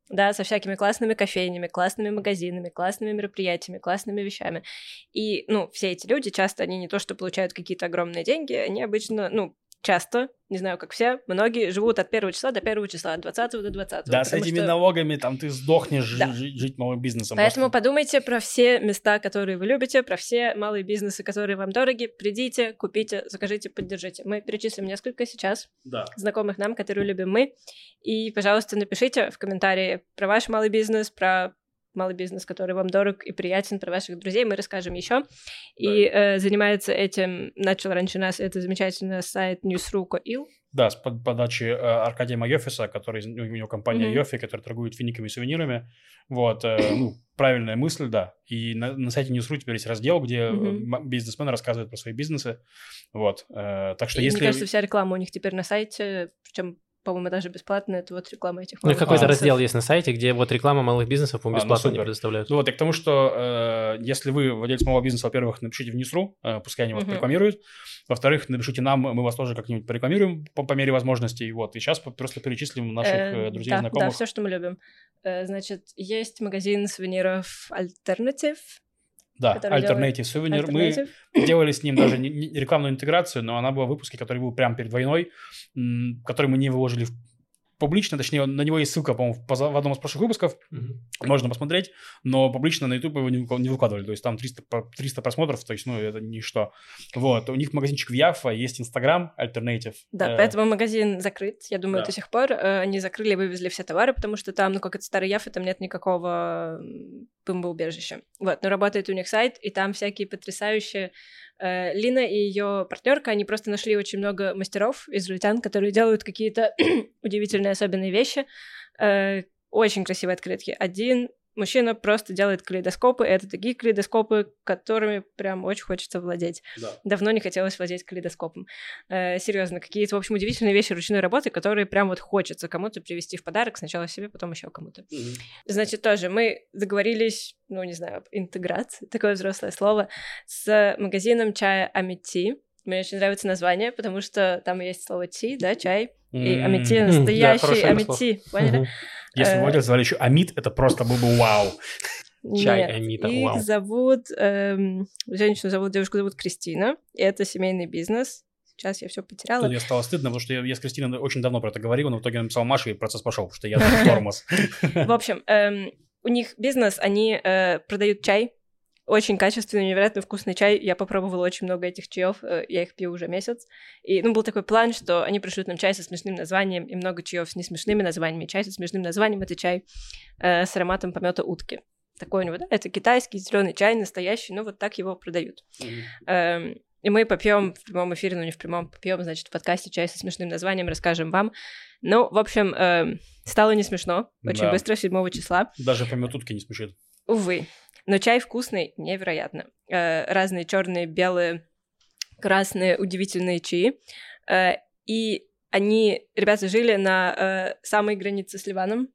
да, со всякими классными кофейнями, классными магазинами, классными мероприятиями, классными вещами. И, ну, все эти люди часто, они не то, что получают какие-то огромные деньги, они обычно, ну, часто, не знаю, как все, многие живут от первого числа до первого числа, от двадцатого до двадцатого. Да, с этими что... налогами там ты сдохнешь да. жить, жить малым бизнесом. Поэтому просто. подумайте про все места, которые вы любите, про все малые бизнесы, которые вам дороги. Придите, купите, закажите, поддержите. Мы перечислим несколько сейчас да. знакомых нам, которые любим мы. И, пожалуйста, напишите в комментарии про ваш малый бизнес, про малый бизнес, который вам дорог и приятен, про ваших друзей, мы расскажем еще. Да. И э, занимается этим, начал раньше нас, это замечательный сайт ньюс точка ру точка ил. Да, с под, подачи э, Аркадия Майофиса, который, у него компания mm-hmm. Йофи, которая торгует финиками и сувенирами. Вот, э, ну, правильная мысль, да. И на, на сайте ньюс точка ру теперь есть раздел, где mm-hmm. бизнесмены рассказывают про свои бизнесы. Вот, э, так что и если... Мне кажется, вся реклама у них теперь на сайте, причем по-моему, даже бесплатно, это вот реклама этих малых бизнесов. Ну, какой-то раздел есть на сайте, где вот реклама малых бизнесов по бесплатно а, ну, не предоставляют. Ну вот, и к тому, что э, если вы владелец малого бизнеса, во-первых, напишите в ньюс точка ру, э, пускай они вас uh-huh. порекламируют. Во-вторых, напишите нам, мы вас тоже как-нибудь порекламируем по, по мере возможностей. Вот, и сейчас просто перечислим наших э, друзей и да, знакомых. Да, все, что мы любим. Э, значит, есть магазин сувениров Alternative. Да, Alternative Souvenir. Мы делали с ним даже не, не рекламную интеграцию, но она была в выпуске, который был прямо перед войной, м- который мы не выложили в публично, точнее, на него есть ссылка, по-моему, в одном из прошлых выпусков, mm-hmm. можно посмотреть, но публично на YouTube его не, не выкладывали, то есть там триста, триста просмотров, то есть, ну, это ничто. Вот, у них магазинчик в Яффа, есть Instagram, Alternative. Да, э- поэтому магазин закрыт, я думаю, да. до сих пор. Они закрыли и вывезли все товары, потому что там, ну, как это старый Яффа, там нет никакого бомбоубежища. Вот, но работает у них сайт, и там всякие потрясающие... Лина и ее партнерка, они просто нашли очень много мастеров израильтян, которые делают какие-то удивительные особенные вещи. Очень красивые открытки. Один мужчина просто делает калейдоскопы, и это такие калейдоскопы, которыми прям очень хочется владеть. Да. Давно не хотелось владеть калейдоскопом. Э, серьезно, какие-то, в общем, удивительные вещи ручной работы, которые прям вот хочется кому-то привезти в подарок, сначала себе, потом еще кому-то. Mm-hmm. Значит, тоже мы договорились, ну, не знаю, об интеграции, такое взрослое слово, с магазином чая Амити. Мне очень нравится название, потому что там есть слово ти, да, чай, mm-hmm. и Амити настоящий да, Амити, поняли? Mm-hmm. Если бы звали еще Амит, это просто был бы вау. Чай Амита, вау. Их зовут, эм, женщину зовут, девушку зовут Кристина, и это семейный бизнес. Сейчас я все потеряла. Тут мне стало стыдно, потому что я, я с Кристиной очень давно про это говорил, но в итоге написал Маше, и процесс пошел, потому что я тормоз. В общем, у них бизнес, они продают чай, очень качественный, невероятно вкусный чай. Я попробовала очень много этих чаев, я их пью уже месяц. И, ну, был такой план, что они пришлют нам чай со смешным названием и много чаев с несмешными названиями. Чай со смешным названием — это чай э, с ароматом помета утки. Такой у него, да, это китайский зеленый чай, настоящий, ну, вот так его продают. Mm-hmm. Э, и мы попьем в прямом эфире, ну, не в прямом, попьем, значит, в подкасте чай со смешным названием, расскажем вам. Ну, в общем, э, стало не смешно очень да. быстро, седьмого числа. Даже помет утки не смешит. Увы. Но чай вкусный, невероятно. Э, разные черные, белые, красные, удивительные чаи. Э, и они, ребята, жили на э, самой границе с Ливаном,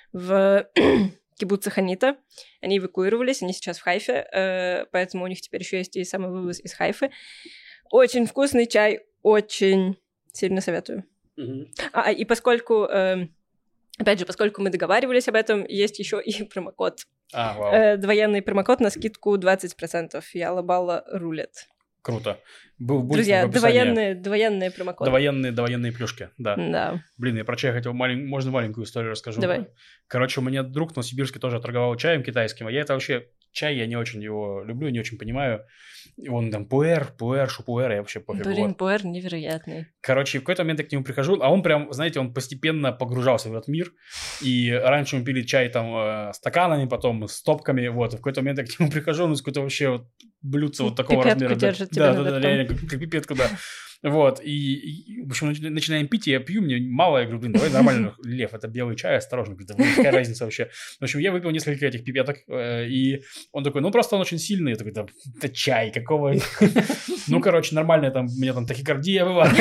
в кибуце Ханита. Они эвакуировались, они сейчас в Хайфе, э, поэтому у них теперь еще есть и самовывоз из Хайфы. Очень вкусный чай, очень сильно советую. Mm-hmm. А, и поскольку... Э, Опять же, поскольку мы договаривались об этом, есть еще и промокод. А, вау. Э, двоенный промокод на скидку двадцать процентов. Ялабалла рулет. Круто. Был, Друзья, довоенные, довоенные промокоды. Довоенные, довоенные плюшки, да. Да. Блин, я про чай хотел, малень... можно маленькую историю расскажу? Давай. Короче, у меня друг в Новосибирске тоже торговал чаем китайским, а я это вообще... Чай я не очень его люблю, не очень понимаю. И он там пуэр, пуэр, шупуэр, я вообще пофиг. Блин, вот. пуэр невероятный. Короче, в какой-то момент я к нему прихожу, а он прям, знаете, он постепенно погружался в этот мир. И раньше мы пили чай там э, стаканами, потом стопками, вот. И в какой-то момент я к нему прихожу, он из какой-то вообще вот блюдца вот такого пипетку размера. Держит да, тебя да, да, да, реально, как, как пипетку, да. Вот, и, и, в общем, начинаем пить, и я пью, мне мало, я говорю, блин, давай нормально, Лев, это белый чай, осторожно, говорит, да какая разница вообще. В общем, я выпил несколько этих пипеток, э, и он такой, ну, просто он очень сильный, я такой, да, это чай, какого... Ну, короче, нормально, там, у меня там тахикардия бывает,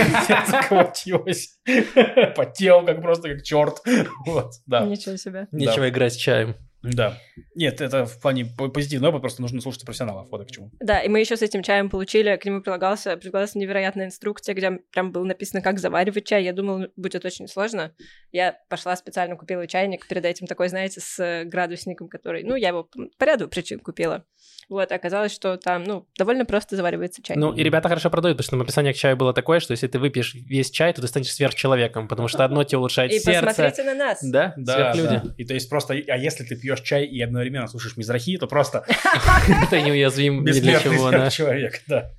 заколотилась, потел как просто, как черт, вот, да. Ничего себе. Нечего играть с чаем. Да. Нет, это в плане позитивного опыт, просто нужно слушать профессионалов, вот к чему. Да, и мы еще с этим чаем получили, к нему прилагался, прилагалась невероятная инструкция, где прям было написано, как заваривать чай. Я думала, будет очень сложно. Я пошла специально, купила чайник, перед этим такой, знаете, с градусником, который... Ну, я его по ряду причин купила. Вот, оказалось, что там, ну, довольно просто заваривается чай. Ну, и ребята хорошо продают, потому что там описание к чаю было такое, что если ты выпьешь весь чай, то ты станешь сверхчеловеком, потому что одно тебе улучшает и сердце. И посмотрите на нас. Да, да, сверхлюди. Да. И то есть просто, а если ты пьешь чай и одновременно слушаешь Мизрахи, то просто... Ты неуязвим ни для чего, да. Человек, да.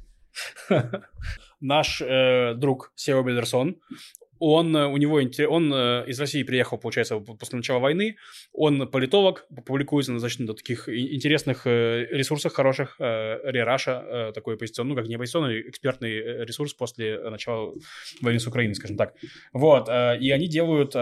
Наш друг Сева Бедерсон, Он, у него, он из России приехал, получается, после начала войны. Он политолог, публикуется на достаточно таких интересных ресурсах хороших. Рераша, такой оппозиционный, ну, как не оппозиционный, экспертный ресурс после начала войны с Украиной, скажем так. Вот, и они делают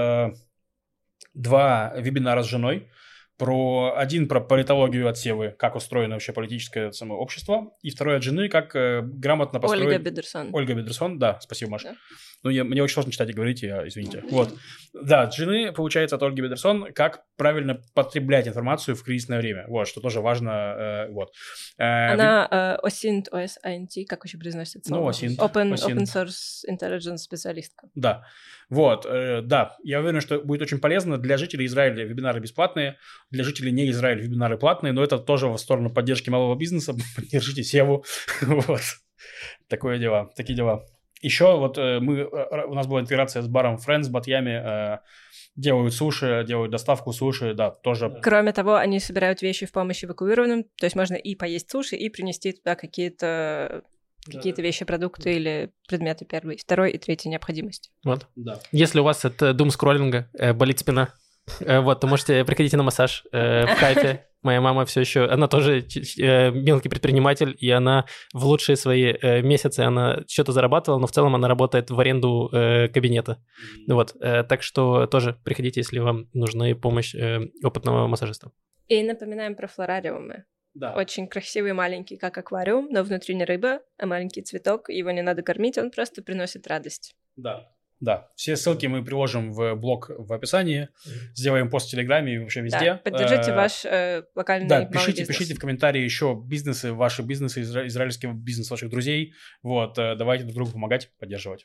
два вебинара с женой. Про один про политологию от Севы, как устроено вообще политическое самое общество, и второй от жены, как э, грамотно построить... Ольга Бедерсон. Ольга Бедерсон, да, спасибо, Маша. Да. Ну, я, мне очень сложно читать и говорить, я, извините. Вот. Да, от жены, получается, от Ольги Бедерсон, как правильно потреблять информацию в кризисное время. Вот, что тоже важно. Э, вот. Э, Она э, осинт, о эс ай эн ти, как вообще произносится слово? Ну, осинт. Open, осинт. open Source Intelligence специалистка. Да. Вот, э, да, я уверен, что будет очень полезно. Для жителей Израиля вебинары бесплатные, для жителей не Израиля вебинары платные, но это тоже в сторону поддержки малого бизнеса. Поддержите Севу. Вот. Такое дело, такие дела. Еще вот э, мы, э, у нас была интеграция с баром Friends в Батьяме, э, делают суши, делают доставку суши, да, тоже. Кроме того, они собирают вещи в помощь эвакуированным, то есть можно и поесть суши, и принести туда какие-то... какие-то вещи, продукты или предметы первой, второй и третьей необходимости. Вот. Да. Если у вас от дум-скроллинга э, болит спина, э, вот, то можете приходите на массаж э, в Хайфе. Моя мама все еще, она тоже э, мелкий предприниматель, и она в лучшие свои э, месяцы она что-то зарабатывала, но в целом она работает в аренду э, кабинета. Mm-hmm. Вот, э, так что тоже приходите, если вам нужна помощь э, опытного массажиста. И напоминаем про флорариумы. Да. Очень красивый, маленький, как аквариум, но внутри не рыба, а маленький цветок. Его не надо кормить, он просто приносит радость. Да, да. Все ссылки мы приложим в блог в описании. Mm-hmm. Сделаем пост в Телеграме и вообще везде. Да. Поддержите ваш э, локальный да, малый пишите, бизнес. Пишите в комментарии еще бизнесы, ваши бизнесы, изра- израильский бизнес ваших друзей. Вот, э, давайте друг другу помогать, поддерживать.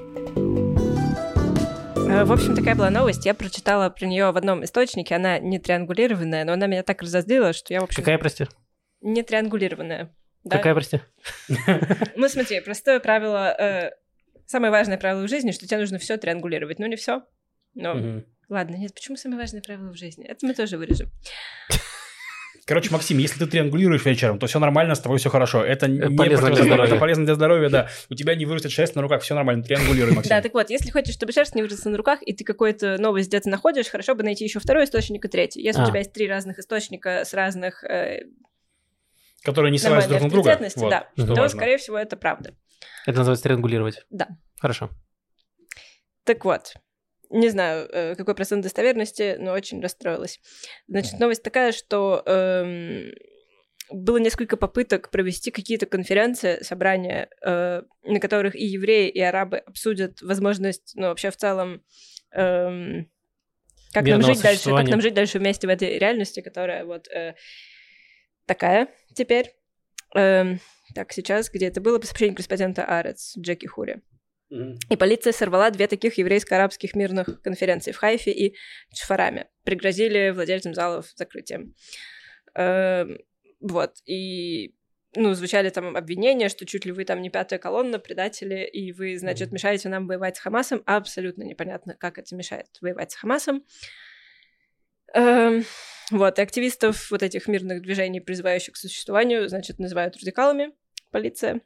В общем, такая была новость. Я прочитала про нее в одном источнике. Она не триангулированная, но она меня так разозлила, что я, в общем... Какая, прости? Не триангулированная. Да? Какая, прости? Ну, смотри, простое правило, э, самое важное правило в жизни, что тебе нужно все триангулировать. Ну, не все. Но угу. Ладно, нет, почему самое важное правило в жизни? Это мы тоже вырежем. Короче, Максим, если ты триангулируешь вечером, то все нормально, с тобой все хорошо. Это не полезно для здоровья. Это полезно для здоровья, да. У тебя не вырастет шерсть на руках, все нормально, триангулируй, Максим. Да, так вот, если хочешь, чтобы шерсть не выросла на руках, и ты какую-то новость где-то находишь, хорошо бы найти еще второй источник и третий. Если а. у тебя есть три разных источника с разных... Э, которые не ссылаются друг на друга. Вот, да, то, важно. Скорее всего, это правда. Это называется триангулировать? Да. Хорошо. Так вот. Не знаю, какой процент достоверности, но очень расстроилась. Значит, новость такая, что эм, было несколько попыток провести какие-то конференции, собрания, э, на которых и евреи, и арабы обсудят возможность, ну, вообще в целом, эм, как нам жить дальше, как нам жить дальше вместе в этой реальности, которая вот э, такая теперь. Э, так, сейчас, где это было, по сообщению корреспондента Арец Джеки Хури. И полиция сорвала две таких еврейско-арабских мирных конференции в Хайфе и Шфараме. Пригрозили владельцам залов закрытием. Э, вот. И, ну, звучали там обвинения, что чуть ли вы там не пятая колонна, предатели, и вы, значит, мешаете нам воевать с Хамасом. Абсолютно непонятно, как это мешает воевать с Хамасом. Э, вот. И активистов вот этих мирных движений, призывающих к существованию, значит, называют радикалами. Полиция.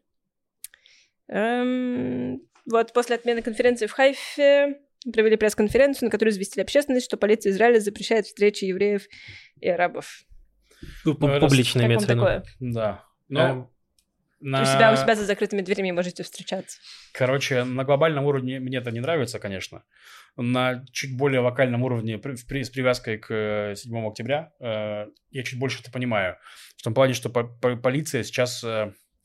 Эм... Вот, после отмены конференции в Хайфе провели пресс-конференцию, на которой известили общественность, что полиция Израиля запрещает встречи евреев и арабов. Ну, публично имеется в виду. Да. Но на... у, себя, у себя за закрытыми дверями можете встречаться. Короче, на глобальном уровне мне это не нравится, конечно. На чуть более локальном уровне, при, при, с привязкой к седьмому октября, э, я чуть больше это понимаю. В том плане, что по, по, полиция сейчас... Э,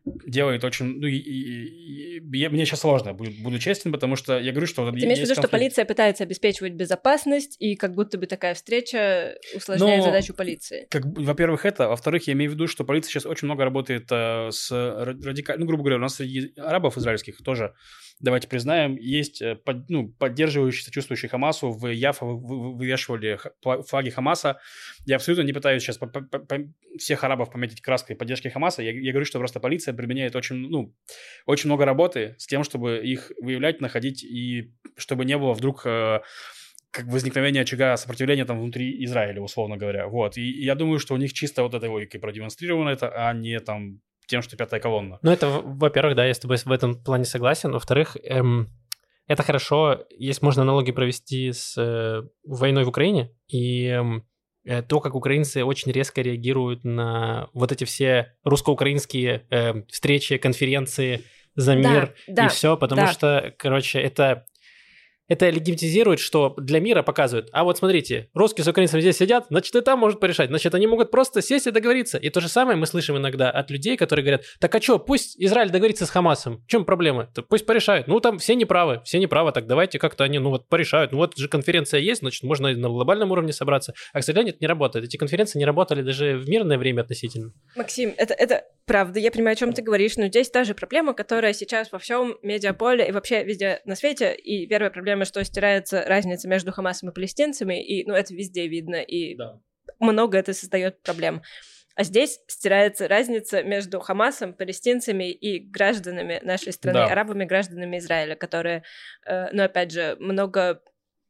делает очень... Ну, и, и, и, и мне сейчас сложно, буду, буду честен, потому что я говорю, что... Ты имеешь в виду, что полиция пытается обеспечивать безопасность, и как будто бы такая встреча усложняет Но, задачу полиции? Как, во-первых, это. Во-вторых, я имею в виду, что полиция сейчас очень много работает э, с радикальными... Ну, грубо говоря, у нас среди арабов израильских тоже, давайте признаем, есть под, ну, поддерживающие, сочувствующие Хамасу. В Яфа вывешивали флаги Хамаса. Я абсолютно не пытаюсь сейчас по- по- по- всех арабов пометить краской поддержки Хамаса. Я, я говорю, что просто полиция применяет очень, ну, очень много работы с тем, чтобы их выявлять, находить, и чтобы не было вдруг э, как возникновения очага сопротивления там внутри Израиля, условно говоря. Вот. И, и я думаю, что у них чисто вот этой логикой продемонстрировано это, а не там тем, что пятая колонна. Ну, это, во-первых, да, я с тобой в этом плане согласен. Во-вторых, эм, это хорошо, если можно аналогии провести с э, войной в Украине, и э, то, как украинцы очень резко реагируют на вот эти все русско-украинские э, встречи, конференции за мир да, и да, все, потому да. что, короче, это... Это легитимизирует, что для мира показывают, а вот смотрите, русские с украинцами здесь сидят, значит, и там может порешать. Значит, они могут просто сесть и договориться. И то же самое мы слышим иногда от людей, которые говорят, так а что, пусть Израиль договорится с Хамасом. В чем проблема? Пусть порешают. Ну, там все неправы, все неправы, так давайте как-то они, ну, вот порешают. Ну, вот же конференция есть, значит, можно на глобальном уровне собраться. А, к сожалению, это не работает. Эти конференции не работали даже в мирное время относительно. Максим, это, это правда, я понимаю, о чем ты говоришь, но здесь та же проблема, которая сейчас во всем медиаполе и вообще везде на свете. И первая проблема, что стирается разница между Хамасом и палестинцами, и, ну, это везде видно, и да. много это создает проблем. А здесь стирается разница между Хамасом, палестинцами и гражданами нашей страны, да. арабами, гражданами Израиля, которые, э, ну, опять же, много...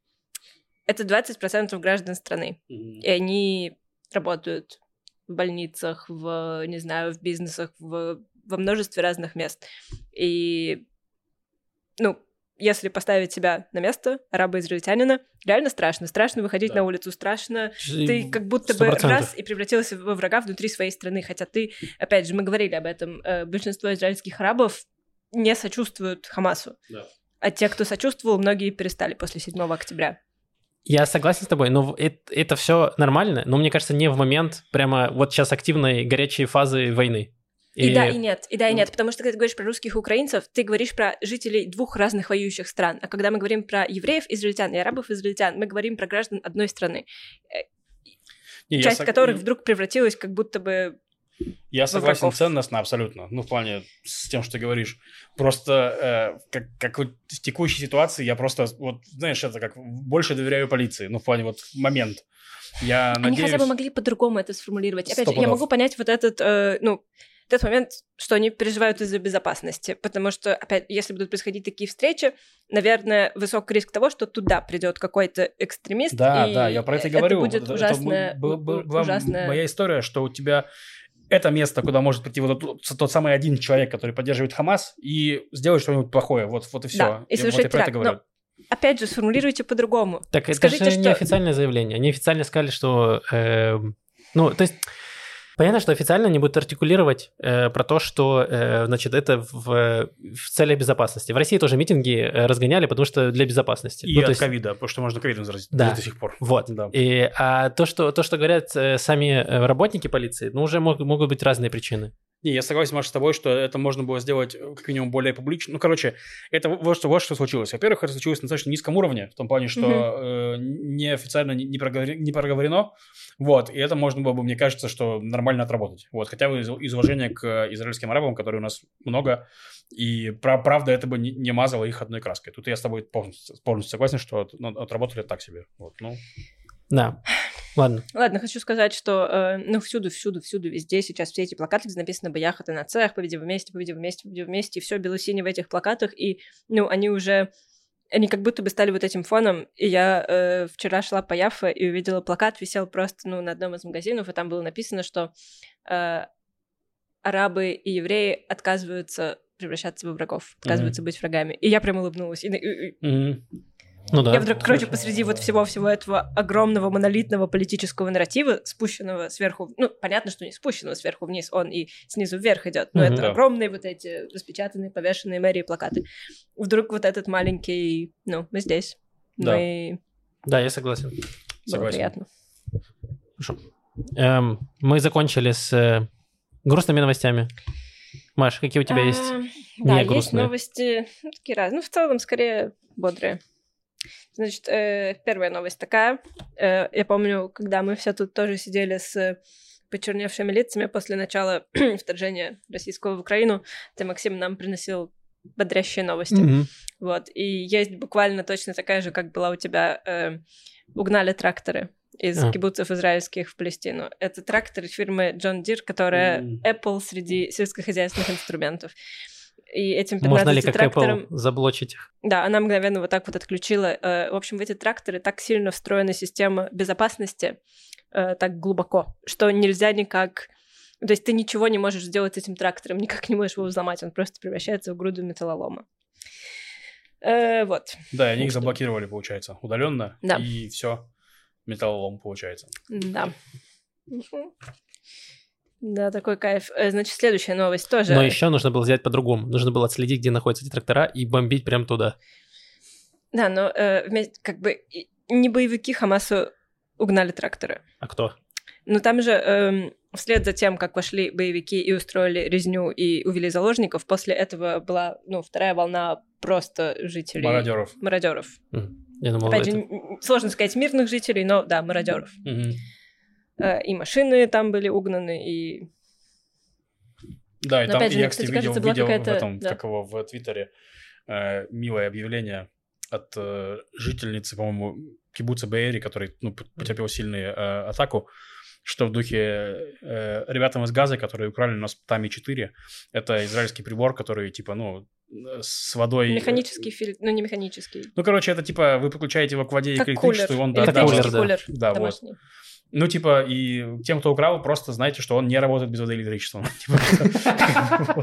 Это двадцать процентов граждан страны, mm-hmm. и они работают в больницах, в, не знаю, в бизнесах, в, во множестве разных мест. И, ну, если поставить себя на место араба-израильтянина, реально страшно. Страшно выходить да. на улицу, страшно. Ты как будто бы раз и превратился во врага внутри своей страны. Хотя ты, опять же, мы говорили об этом, большинство израильских арабов не сочувствуют Хамасу. Да. А те, кто сочувствовал, многие перестали после седьмого октября. Я согласен с тобой, но это, это все нормально, но мне кажется, не в момент прямо вот сейчас активной горячей фазы войны. И, и да, и нет, и да, и нет, потому что когда ты говоришь про русских и украинцев, ты говоришь про жителей двух разных воюющих стран, а когда мы говорим про евреев, израильтян и арабов-израильтян, мы говорим про граждан одной страны, не, часть я... которых вдруг превратилась как будто бы Я согласен врагов. Ценностно абсолютно, ну, в плане с тем, что ты говоришь. Просто э, как, как вот в текущей ситуации я просто, вот, знаешь, это как больше доверяю полиции, ну, в плане вот момент. Я Они надеюсь... хотя бы могли по-другому это сформулировать. Опять же, я могу понять вот этот, э, ну, этот момент, что они переживают из-за безопасности, потому что, опять, если будут происходить такие встречи, наверное, высок риск того, что туда придет какой-то экстремист. Да, и да, я про это и говорю. Это будет это, ужасная, это был, был, был, ужасная... Моя история, что у тебя это место, куда может прийти вот тот, тот самый один человек, который поддерживает Хамас, и сделать что-нибудь плохое, вот, вот и все. Да, и совершить теракт. Вот опять же, сформулируйте по-другому. Так Скажите, это же что... неофициальное заявление. Они официально сказали, что... Э, ну, то есть... Понятно, что официально они будут артикулировать э, про то, что, э, значит, это в, в целях безопасности. В России тоже митинги э, разгоняли, потому что для безопасности. И ну, от есть... ковида, потому что можно ковидом заразить да. до сих пор. Вот. Да. И, а то что, то, что говорят э, сами работники полиции, ну, уже мог, могут быть разные причины. Не, я согласен, Маша, с тобой, что это можно было сделать как минимум более публично. Ну, короче, это вот что, вот что случилось. Во-первых, это случилось на достаточно низком уровне, в том плане, что mm-hmm. э, неофициально не, не, проговор... не проговорено. Вот, и это можно было бы, мне кажется, что нормально отработать. Вот, хотя бы из, из уважения к израильским арабам, которые у нас много, и правда это бы не, не мазало их одной краской. Тут я с тобой полностью, полностью согласен, что ну, отработали так себе. Вот, ну... Да. Ладно. Ладно, хочу сказать, что э, ну всюду, всюду, всюду, везде сейчас все эти плакаты, где написано «Баяхат и Нацех», «Победим вместе, победим вместе, победим вместе», и все бело-синее в этих плакатах, и, ну, они уже, они как будто бы стали вот этим фоном, и я э, вчера шла по Яффе и увидела плакат, висел просто, ну, на одном из магазинов, и там было написано, что э, арабы и евреи отказываются превращаться во врагов, отказываются mm-hmm. быть врагами, и я прям улыбнулась, и... и mm-hmm. Ну да. Я вдруг, короче, посреди вот всего-всего этого огромного монолитного политического нарратива, спущенного сверху, ну, понятно, что не спущенного сверху вниз, он и снизу вверх идет, но mm-hmm. это огромные вот эти распечатанные, повешенные мэрии плакаты. Вдруг вот этот маленький, ну, мы здесь. Да, мы... да, я согласен. Было согласен. приятно. Хорошо. Эм, мы закончили с э, грустными новостями. Маш, какие у тебя есть А, не Да, есть грустные? новости, ну, такие разные. Ну, в целом, скорее, бодрые. Значит, э, первая новость такая. Э, я помню, когда мы все тут тоже сидели с почерневшими лицами после начала вторжения российского в Украину, ты, Максим, нам приносил бодрящие новости. Мгм. Вот. И есть буквально точно такая же, как была у тебя. э, Угнали тракторы из А. кибуцев израильских в Палестину. Это тракторы фирмы John Deere, которая М. Apple среди сельскохозяйственных инструментов. И этим Можно ли пятнадцати как тракторам... Apple заблочить их? Да, она мгновенно вот так вот отключила. Э, В общем, в эти тракторы так сильно встроена система безопасности, э, так глубоко, что нельзя никак... То есть ты ничего не можешь сделать с этим трактором, никак не можешь его взломать, он просто превращается в груду металлолома. Э, Вот. Да, и они их Что? заблокировали, получается, удаленно. Да. И все, металлолом получается. Да. Мгм. Да, такой кайф. Э, Значит, следующая новость тоже. Но еще нужно было сделать по-другому. Нужно было отследить, где находятся эти трактора, и бомбить прямо туда. Да, но э, вместе, как бы и- не боевики Хамасу угнали тракторы. А кто? Но там же эм, вслед за тем, как вошли боевики и устроили резню и увели заложников, после этого была, ну, вторая волна просто жителей... Мародеров. Мародеров. Мгм. Я думал, Опять же, это... н- н- сложно сказать мирных жителей, но да, мародеров. Мгм. Э, и машины там были угнаны, и... Да, и Но там, опять же, и я, мне, кстати, кстати, видел, кажется, была видел в какая-то- этом, да. как его, в Твиттере, э, милое объявление от э, жительницы, по-моему, кибуца Беэри, который, ну, п- потерпел сильную э, атаку, что в духе э, ребятам из Газы, которые украли у нас Тами четыре, это израильский прибор, который, типа, ну, э, с водой... Механический фильтр, ну не механический. Ну, короче, это, типа, вы подключаете его к воде и к Как электричеству, кулер. и он... Да, да, кулер, Электрический да. кулер. Да, вот. домашний. Ну, типа, и тем, кто украл, просто знайте, что он не работает без воды и электричества. Типа, вот.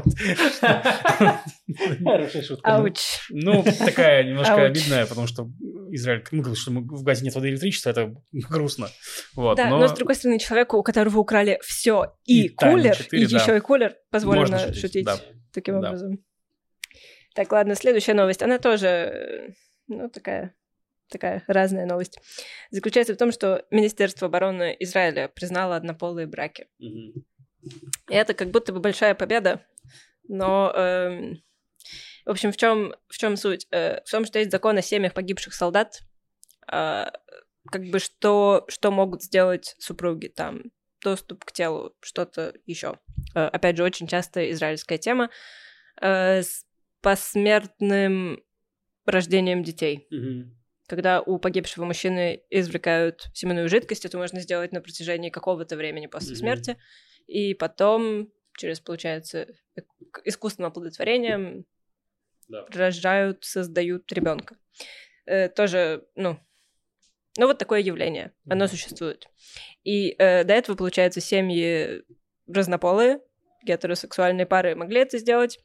Хорошая шутка. ну. Ауч. Ну, такая немножко Ауч. обидная, потому что Израиль, ну, что мы- в Газе нет воды и электричества, это грустно. Вот, Да, но... с другой стороны, человеку, у которого украли все и, И Тами кулер, четыре, и да. еще и кулер, позволено Можно шутить, шутить, да. таким Да. образом. Так, ладно, следующая новость. Она тоже, э, ну, такая, такая разная новость. Заключается в том, что Министерство обороны Израиля признало однополые браки. Мгм. И это как будто бы большая победа, но, эм, в общем, в чем в чем суть? Э, в том, что есть закон о семьях погибших солдат, а, как бы что, что могут сделать супруги, там, доступ к телу, что-то еще. Опять же, очень часто израильская тема э, с посмертным рождением детей. Мгм. Когда у погибшего мужчины извлекают семенную жидкость, это можно сделать на протяжении какого-то времени после Мгм. смерти, и потом, через, получается, эк- искусственным оплодотворением Да. рожают, создают ребенка. Э, тоже, ну, ну, вот такое явление, оно Мгм. существует. И э, до этого, получается, семьи разнополые, гетеросексуальные пары могли это сделать.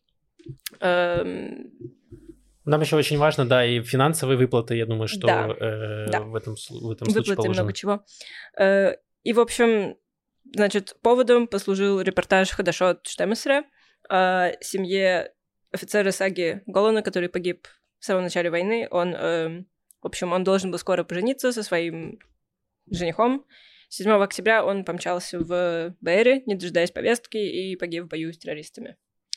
Эм, Нам еще очень важно, да, и финансовые выплаты, я думаю, что Да, э, да. в этом, сл- в этом случае выплаты, положено. много чего. Э, И, в общем, значит, поводом послужил репортаж Хадашот Штемесре о семье офицера Саги Голана, который погиб в самом начале войны. Он, э, в общем, он должен был скоро пожениться со своим женихом. седьмого октября он помчался в Беэри, не дожидаясь повестки, и погиб в бою с террористами.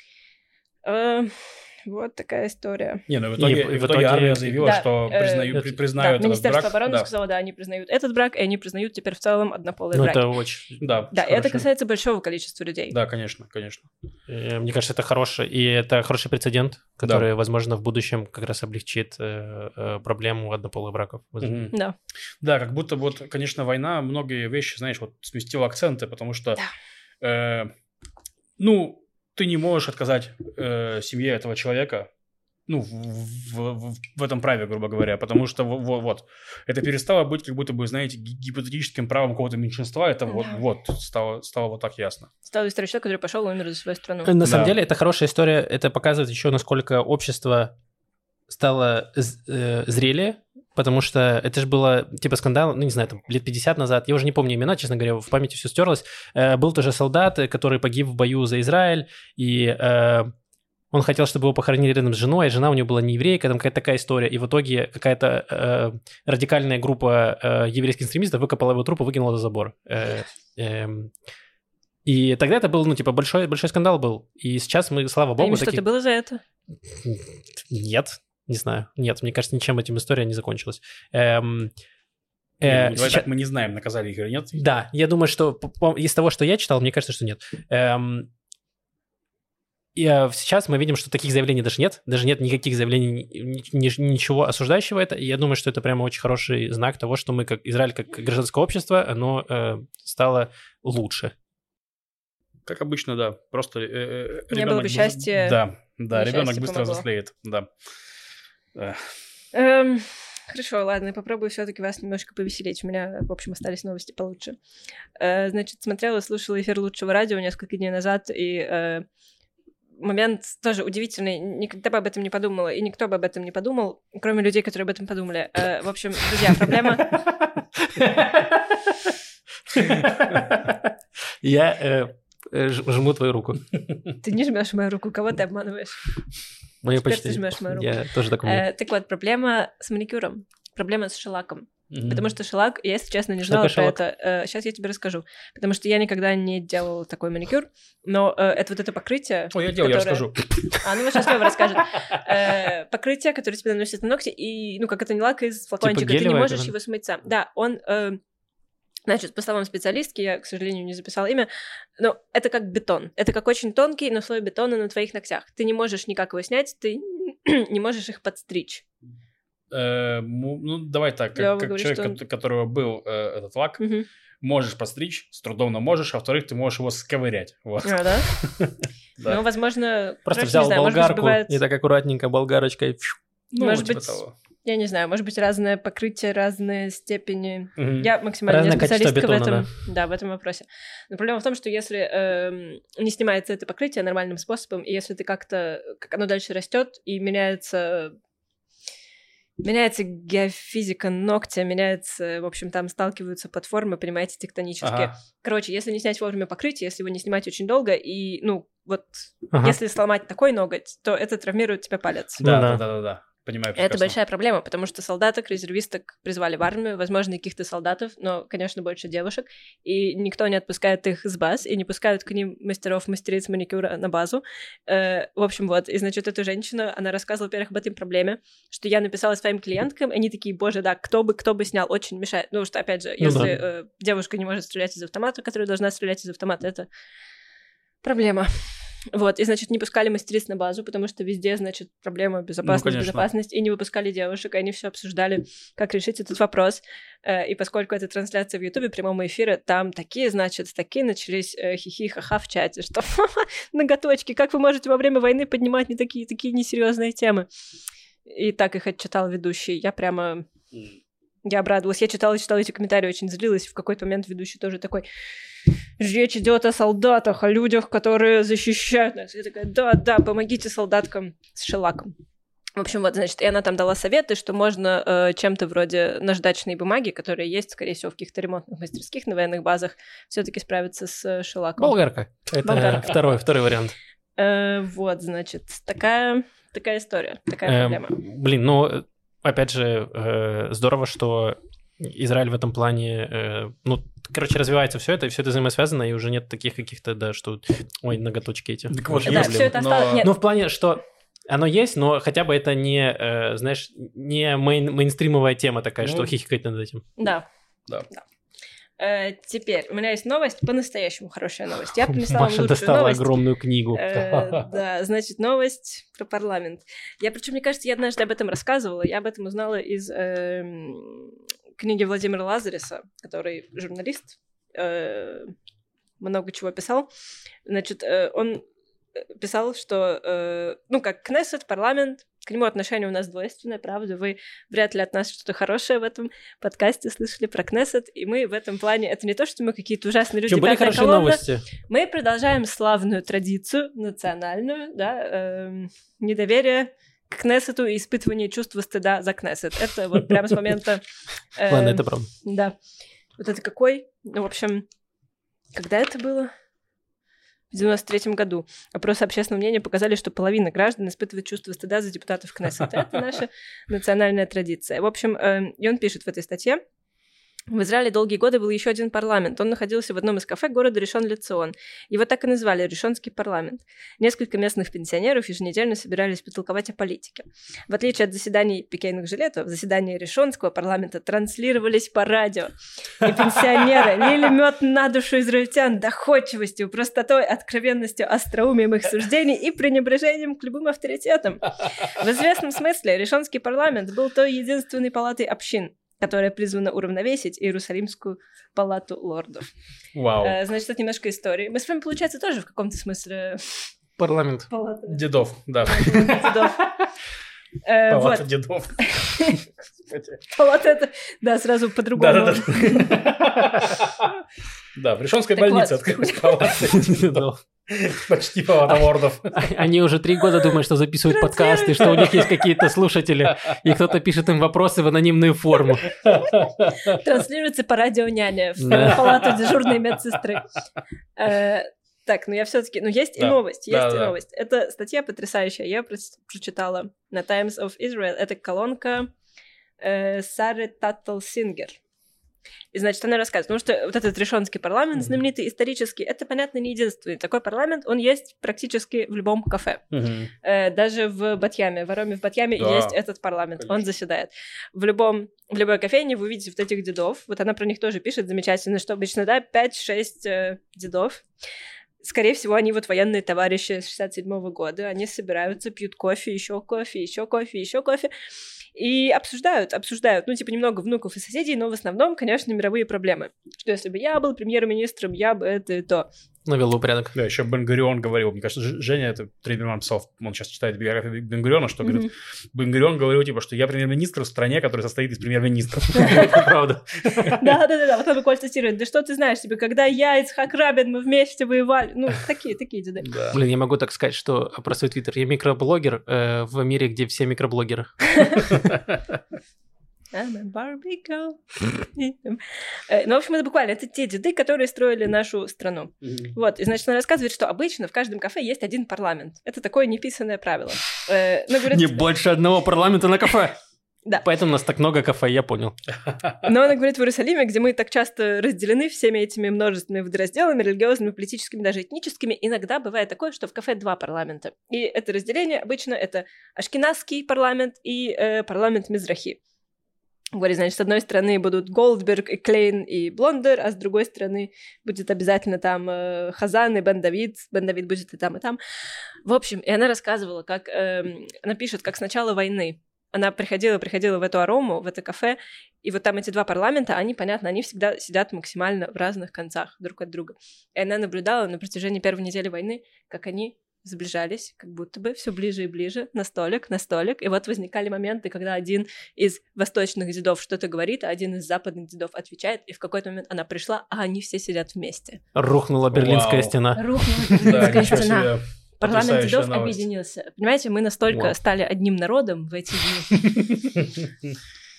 Э, Вот такая история. Не, ну в И итоге, в- в и в итоге итоге- армия заявила, Да, что э, признаю- это- при- Да, признают этот Министерство брак. обороны Да. сказало, да, они признают этот брак, и они признают теперь в целом однополые Ну, браки. это очень... Да, Да, и хорошо. это касается большого количества людей. Да, конечно, конечно. э, Мне кажется, это хороший, и это хороший прецедент, который, возможно, в будущем как раз облегчит э, э, проблему однополых браков. Мгм. Да. Да, как будто вот, конечно, война многие вещи, знаешь, вот сместила акценты, потому что, э, ну, ты не можешь отказать э, семье этого человека, ну, в, в- в- в этом праве, грубо говоря, потому что во- во- вот, это перестало быть как будто бы, знаете, ги- гипотетическим правом какого-то меньшинства, это вот, Да. вот стало, стало вот так ясно. Стал история человека, который пошел и умер за свою страну. На самом Да. деле, это хорошая история. Это показывает еще, насколько общество стало з- э, зрелее, потому что это же было, типа, скандал, ну, не знаю, там, лет пятьдесят назад, я уже не помню имена, честно говоря, в памяти все стерлось. Э, был тоже солдат, э, который погиб в бою за Израиль, и э, он хотел, чтобы его похоронили рядом с женой, а жена у него была не еврейка, там какая-то такая история, и в итоге какая-то э, радикальная группа э, еврейских экстремистов выкопала его труп и выкинула за забор. Э, эм, И тогда это был, ну, типа, большой, большой скандал был. И сейчас мы, слава богу, а им что-то таких... было за это? Нет, не знаю. Нет, мне кажется, ничем этим история не закончилась. Эм... Э, ну, сейчас... так мы не знаем, наказали их или нет. Да, я думаю, что из того, что я читал, мне кажется, что нет. Эм... И а, сейчас мы видим, что таких заявлений даже нет, даже нет никаких заявлений, ни, ни, ничего осуждающего это, и я думаю, что это прямо очень хороший знак того, что мы, как Израиль, как гражданское общество, оно э, стало лучше. Как обычно, да, просто э, э, не было бы счастья. Да, да, ребенок быстро помогло. Взрослеет, да. Эм, хорошо, ладно, попробую все-таки вас немножко повеселить. У меня, в общем, остались новости получше. Э, значит, смотрела, слушала эфир Лучшего радио несколько дней назад, и... Э, момент тоже удивительный, никогда бы об этом не подумала, и никто бы об этом не подумал, кроме людей, которые об этом подумали. Э, в общем, друзья, проблема... Я жму твою руку. Ты не жмешь мою руку, кого ты обманываешь? Мою Теперь почти. ты жмешь мою руку. Я тоже так умею. Так вот, проблема с маникюром, проблема с шеллаком. Mm-hmm. Потому что шеллак, я, если честно, не что знала про это. Э, сейчас я тебе расскажу. Потому что я никогда не делала такой маникюр, но э, это вот это покрытие... Ой, я делал, которое... я расскажу. А, ну вот сейчас Лёва расскажет. Э, покрытие, которое тебе наносят на ногти, и, ну, как это не лак из флакончика, типа ты не можешь это, его смыть сам. Да, он... Э, значит, по словам специалистки, я, к сожалению, не записала имя, но это как бетон. Это как очень тонкий, но слой бетона на твоих ногтях. Ты не можешь никак его снять, ты не можешь их подстричь. Э, ну, давай так, как, как говорит, человек, он... у которого был э, этот лак, угу. можешь постричь, с трудом, но можешь, а во-вторых, ты можешь его сковырять. Вот. А, да? Ну, возможно... Просто взял болгарку и так аккуратненько болгарочкой... Может быть, я не знаю, может быть, разное покрытие, разные степени. Я максимально не специалистка в этом, да, в этом вопросе. Но проблема в том, что если не снимается это покрытие нормальным способом, и если ты как-то, как оно дальше растет и меняется... Меняется геофизика ногтя, меняется, в общем, там сталкиваются платформы, понимаете, тектонические. Ага. Короче, если не снять вовремя покрытие, если его не снимать очень долго, и, ну, вот, ага. если сломать такой ноготь, то это травмирует тебе палец. Да, да, да, да, да. Понимаю, это большая проблема, потому что солдаток, резервисток призвали в армию, возможно, каких-то солдатов, но, конечно, больше девушек, и никто не отпускает их с баз, и не пускают к ним мастеров, мастериц маникюра на базу. Э, в общем, вот, и, значит, эта женщина, она рассказывала, во-первых, об этой проблеме, что я написала своим клиенткам, и они такие, боже, да, кто бы, кто бы снял, очень мешает. Ну, что, опять же, если ну, да. э, девушка не может стрелять из автомата, которая должна стрелять из автомата, это проблема. Вот, и, значит, не пускали мастериц на базу, потому что везде, значит, проблема безопасность, ну, безопасность, и не выпускали девушек, и они все обсуждали, как решить этот вопрос. И поскольку это трансляция в Ютубе, прямого эфира, там такие, значит, такие начались хихи-ха-ха в чате, что ноготочки, как вы можете во время войны поднимать не такие, такие несерьезные темы? И так их отчитал ведущий. Я прямо... Я обрадовалась. Я читала, читала эти комментарии, очень злилась. В какой-то момент ведущий тоже такой... Речь идет о солдатах, о людях, которые защищают нас. Я такая, да, да, помогите солдаткам с шеллаком. В общем, вот, значит, и она там дала советы, что можно э, чем-то вроде наждачной бумаги, которая есть, скорее всего, в каких-то ремонтных мастерских на военных базах, все-таки справиться с э, шеллаком. Болгарка. Это Болгарка. Второй, второй вариант. Э, вот, значит, такая, такая история, такая э, проблема. Блин, ну, опять же, э, здорово, что Израиль в этом плане, э, ну, короче, развивается все это, и все это взаимосвязано, и уже нет таких каких-то, да, что, ой, ноготочки эти. Так вот, да, все это осталось, но... Ну, в плане, что оно есть, но хотя бы это не, э, знаешь, не мейн, мейнстримовая тема такая, ну, что хихикать над этим. Да. Да. да. Э, теперь, у меня есть новость, по-настоящему хорошая новость. Я принесла Маша вам лучшую достала новость. огромную книгу. Э, да, значит, новость про парламент. Я, причем, мне кажется, я однажды об этом рассказывала, я об этом узнала из... Э, книги Владимира Лазареса, который журналист, э, много чего писал. Значит, э, он писал, что, э, ну, как Кнессет, парламент, к нему отношение у нас двойственное, правда, вы вряд ли от нас что-то хорошее в этом подкасте слышали про Кнессет, и мы в этом плане, это не то, что мы какие-то ужасные люди, что, были хорошие колонна. новости. Мы продолжаем славную традицию, национальную, да, э, недоверие к Кнессету и испытывание чувства стыда за Кнессет. Это вот прямо с момента... Э, Ладно, это правда. Да. Вот это какой? Ну, в общем, когда это было? В девяносто третьем году. Опросы общественного мнения показали, что половина граждан испытывает чувство стыда за депутатов Кнессета. Это наша национальная традиция. В общем, э, и он пишет в этой статье, В Израиле долгие годы был еще один парламент. Он находился в одном из кафе города Ришон-ле-Цион. Его так и назвали – Ришонский парламент. Несколько местных пенсионеров еженедельно собирались потолковать о политике. В отличие от заседаний пикейных жилетов, заседания Ришонского парламента транслировались по радио. И пенсионеры лили мед на душу израильтян доходчивостью, простотой, откровенностью, остроумием их суждений и пренебрежением к любым авторитетам. В известном смысле Ришонский парламент был той единственной палатой общин, которая призвана уравновесить Иерусалимскую палату лордов. Вау. Э, значит, это немножко истории. Мы с вами, получается, тоже в каком-то смысле... Парламент. Палата. Дедов, да. Дедов. Э, Палата вот. дедов. Палата это... Да, сразу по-другому. Да-да-да. Да, в Ришонской Так больнице вот. открылась палата дедов. Почти палата лордов. Они уже три года думают, что записывают подкасты, что у них есть какие-то слушатели, и кто-то пишет им вопросы в анонимную форму. Транслируется по радио няня в Да. палату дежурной медсестры. Э, Так, ну я все-таки, ну есть и Да. новость, есть Да, и да. новость. Это статья потрясающая, я про- прочитала на Times of Israel. Это колонка э, Сары Таттл-Сингер. И, значит, она рассказывает, потому что вот этот Ришонский парламент, Мгм. знаменитый исторический, это, понятно, не единственный. Такой парламент, он есть практически в любом кафе. Мгм. Э, даже в Батьяме, в Ароме в Батьяме Да, есть этот парламент, он конечно. заседает. В любом, в любой кофейне вы увидите вот этих дедов, вот она про них тоже пишет замечательно, что обычно, да, пять-шесть э, дедов. Скорее всего, они вот военные товарищи с шестьдесят седьмого года, они собираются, пьют кофе, еще кофе, еще кофе, еще кофе, и обсуждают, обсуждают, ну, типа, немного внуков и соседей, но в основном, конечно, мировые проблемы. Что если бы я был премьер-министром, я бы это и то. Навел бы порядок. Да, еще Бен-Гурион говорил, мне кажется, Ж- Женя, это тренер псов, он сейчас читает биографию Бен-Гуриона, что говорит, Бен-Гурион говорил, типа, что я премьер-министр в стране, которая состоит из премьер-министров. Это правда. Да-да-да, вот он буквально цитирует, да что ты знаешь, типа, когда я и Ицхак Рабин, мы вместе воевали, ну, такие, такие деды. Да. Блин, я могу так сказать, что про свой твиттер. Я микроблогер э, в мире, где все микроблогеры. I'm a Barbie girl. Э, Ну, в общем, это буквально, это те деды, которые строили нашу страну. Вот, и, значит, она рассказывает, что обычно в каждом кафе есть один парламент. Это такое неписанное правило. Э, ну, говорит, Не больше одного парламента на кафе. Да. Поэтому у нас так много кафе, я понял. Но она говорит, в Иерусалиме, где мы так часто разделены всеми этими множественными подразделами, религиозными, политическими, даже этническими, иногда бывает такое, что в кафе два парламента. И это разделение обычно это ашкеназский парламент и э, парламент Мизрахи. Говорит, значит, с одной стороны будут Голдберг и Клейн и Блондер, а с другой стороны будет обязательно там э, Хазан и Бен Давид. Бен Давид будет и там, и там. В общем, и она рассказывала, как... Э, она пишет, как с начала войны она приходила, приходила в эту арому, в это кафе, и вот там эти два парламента, они, понятно, они всегда сидят максимально в разных концах друг от друга. И она наблюдала на протяжении первой недели войны, как они сближались, как будто бы все ближе и ближе, на столик, на столик. И вот возникали моменты, когда один из восточных дедов что-то говорит, а один из западных дедов отвечает, и в какой-то момент она пришла, а они все сидят вместе. Рухнула Берлинская Вау. стена. Рухнула Да, Берлинская ничего стена. себе. Парламент Потрясающая дедов новость. объединился. Понимаете, мы настолько Вау. стали одним народом в эти дни.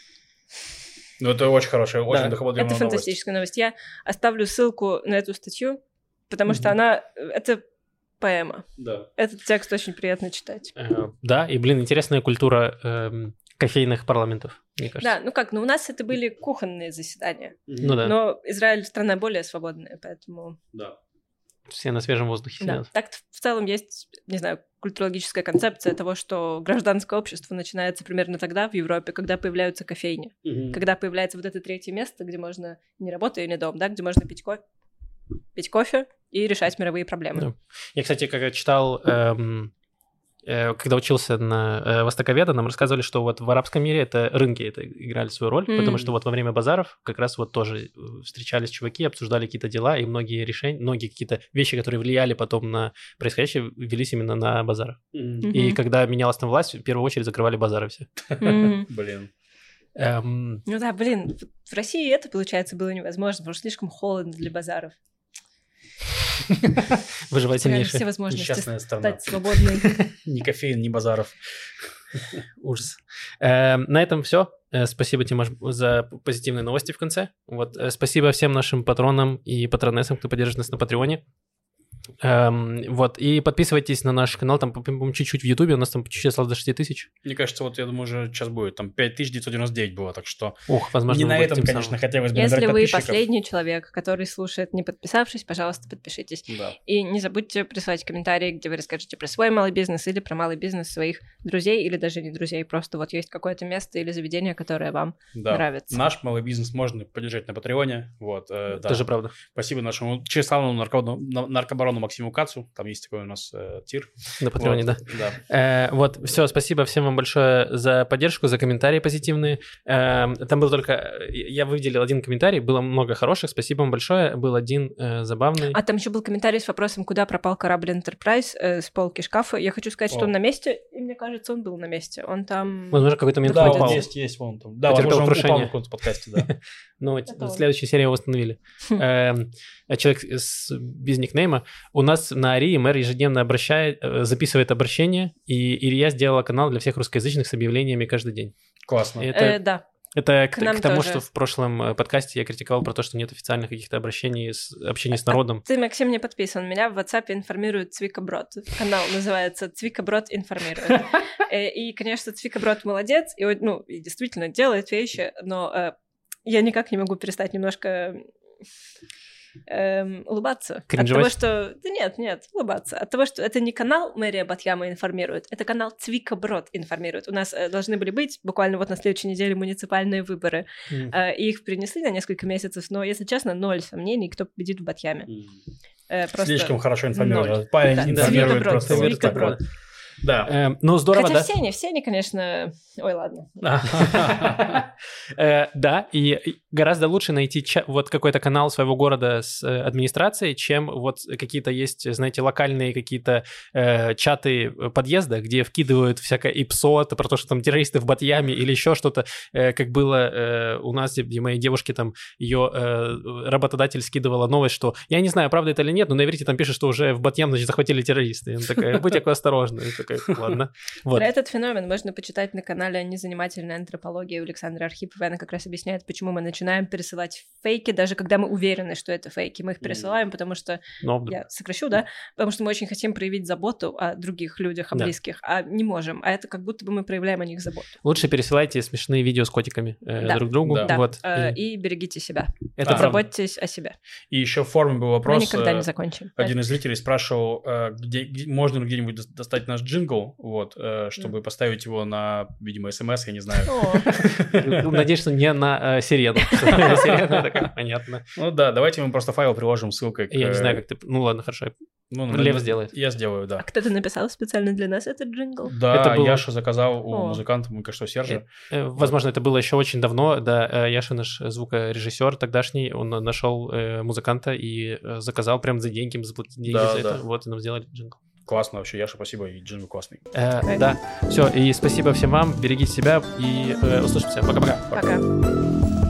Ну, это очень хорошая, очень Да, вдохновленная Это новость. фантастическая новость. Я оставлю ссылку на эту статью, потому что Мгм. она... Это поэма. Да. Этот текст очень приятно читать. Э, Да, и, блин, интересная культура эм, кофейных парламентов, мне кажется. Да, ну как, ну у нас это были кухонные заседания. Ну да, Но Израиль страна более свободная, поэтому... Да. все на свежем воздухе Да. сидят. Так в целом есть, не знаю, культурологическая концепция того, что гражданское общество начинается примерно тогда в Европе, когда появляются кофейни. Когда появляется вот это третье место, где можно, не работая, не дом, да, где можно пить кофе, пить кофе и решать мировые проблемы. Да. Я, кстати, когда читал, эм, э, когда учился на э, востоковеда, нам рассказывали, что вот в арабском мире это рынки это играли свою роль, М. потому что вот во время базаров как раз вот тоже э, встречались чуваки, обсуждали какие-то дела, и многие решения, многие какие-то вещи, которые влияли потом на происходящее, велись именно на базарах. И Мгм. когда менялась там власть, в первую очередь закрывали базары все. М. Блин. Эм, Ну да, блин, в- в России это, получается, было невозможно, потому что слишком холодно для базаров. Выживать Теряли сильнейший. все возможности Несчастная страна. стать свободной. Ни кофеин, ни базаров. Ужас. Э, на этом все. Спасибо, Тимош, за позитивные новости в конце. Вот, э, спасибо всем нашим патронам и патронессам, кто поддерживает нас на Патреоне. Эм, вот, и подписывайтесь на наш канал, там, по-моему, чуть-чуть в Ютубе, у нас там чуть-чуть осталось до шести тысяч. Мне кажется, вот я думаю, уже сейчас будет, там пять тысяч девятьсот девяносто девять было, так что... Ух, возможно, не на будет этом, тем конечно, самым. хотелось бы Если набирать вы подписчиков. последний человек, который слушает, не подписавшись, пожалуйста, подпишитесь. Да. И не забудьте присылать комментарии, где вы расскажете про свой малый бизнес или про малый бизнес своих друзей, или даже не друзей, просто вот есть какое-то место или заведение, которое вам Да. нравится. Наш малый бизнес можно поддержать на Патреоне. Вот, э, да. Тоже правда. Спасибо нашему честному наркобарону, наркобарону Максиму Кацу. Там есть такой у нас э, тир. На Патреоне, Вот, да. да. Э, вот, все, спасибо всем вам большое за поддержку, за комментарии позитивные. Э, там был только... Я выделил один комментарий, было много хороших, спасибо вам большое. Был один э, забавный. А там еще был комментарий с вопросом, куда пропал корабль Enterprise э, с полки шкафа. Я хочу сказать, что О. он на месте, и мне кажется, он был на месте. Он там... Возможно, в какой-то момент Да, упал. он есть, есть, вон там. Да, Потерпел возможно, он крушение. упал на каком-то подкасте, да. Ну, Это в он. следующей серии его восстановили. Эм, Человек с- без никнейма. У нас на Арии мэр ежедневно обращает, э, записывает обращение, и Илья сделала канал для всех русскоязычных с объявлениями каждый день. Классно. И Это, Э, да. это к, к нам к тому, тоже. что в прошлом э, подкасте я критиковал про то, что нет официальных каких-то обращений, с, общений с народом. Ты, Максим, не подписан. Меня в WhatsApp информирует Цвика Брод. Канал называется Цвика Брод информирует. Э, И, конечно, Цвика Брод молодец, и, он, ну, и действительно делает вещи, но э, я никак не могу перестать немножко эм, улыбаться. От Кринжевать? того, что... Да нет, нет, улыбаться. От того, что это не канал Мэрия Батьяма информирует, это канал Цвика Брод информирует. У нас э, должны были быть буквально вот на следующей неделе муниципальные выборы. М. Э, и их перенесли на несколько месяцев, но, если честно, ноль сомнений, кто победит в Батьяме. Э, просто Слишком хорошо информирует. ноль. Парень Да. информирует Цвика Брод, просто вот Цвика так Брод. вот. Да. Эм, Ну, здорово, Хотя да? все они, все они, конечно... Ой, ладно. Э, Да, и гораздо лучше найти ча- вот какой-то канал своего города с э, администрацией, чем вот какие-то есть, знаете, локальные какие-то э, чаты подъезда, где вкидывают всякое ИПСО, про то, что там террористы в Батьяме или еще что-то, э, как было э, у нас, где моей девушке там ее э, работодатель скидывала новость, что я не знаю, правда это или нет, но на иврите там пишет, что уже в Батьям, значит, захватили террористы. И она такая, будь осторожны. И такая, ладно. Вот. Про этот феномен можно почитать на канале «Незанимательная антропология» у Александра Архипова. Она как раз объясняет, почему мы начинаем пересылать фейки, даже когда мы уверены, что это фейки. Мы их пересылаем, потому что... Но Я сокращу, да? Потому что мы очень хотим проявить заботу о других людях, о Да. близких, а не можем. А это как будто бы мы проявляем о них заботу. лучше пересылайте смешные видео с котиками э, Да. друг другу. Да. Да, Вот. э, И и берегите себя. Это А, правда. Заботьтесь о себе. И еще в форуме был Мы вопрос. никогда э, не закончим. Один из зрителей спрашивал, э, где, где- можно ли где-нибудь дос- достать наш джингл, вот, э, чтобы поставить его на, видимо, смс, я не знаю. О, Надеюсь, что не на э, сирену. Сирена такая, понятно. Ну да, давайте мы просто файл приложим ссылкой. к, Я не э, знаю, как ты... Ну ладно, хорошо. ну, Лев на- сделает. Я сделаю, да. а кто-то написал специально для нас этот джингл? Да, Это было- Яша заказал у О. музыканта, мы что, Сержа. Э, Возможно, это было еще очень давно. Да, э, Яша, наш звукорежиссер тогдашний, он нашел э, музыканта и э, заказал прям за деньги, мы заплатили деньги Да, за да. это. Вот, и нам сделали джингл. Классно вообще, Яша, спасибо, и джингл классный. Э, Да, все, и спасибо всем вам, берегите себя и э, услышимся. Пока-пока. Пока.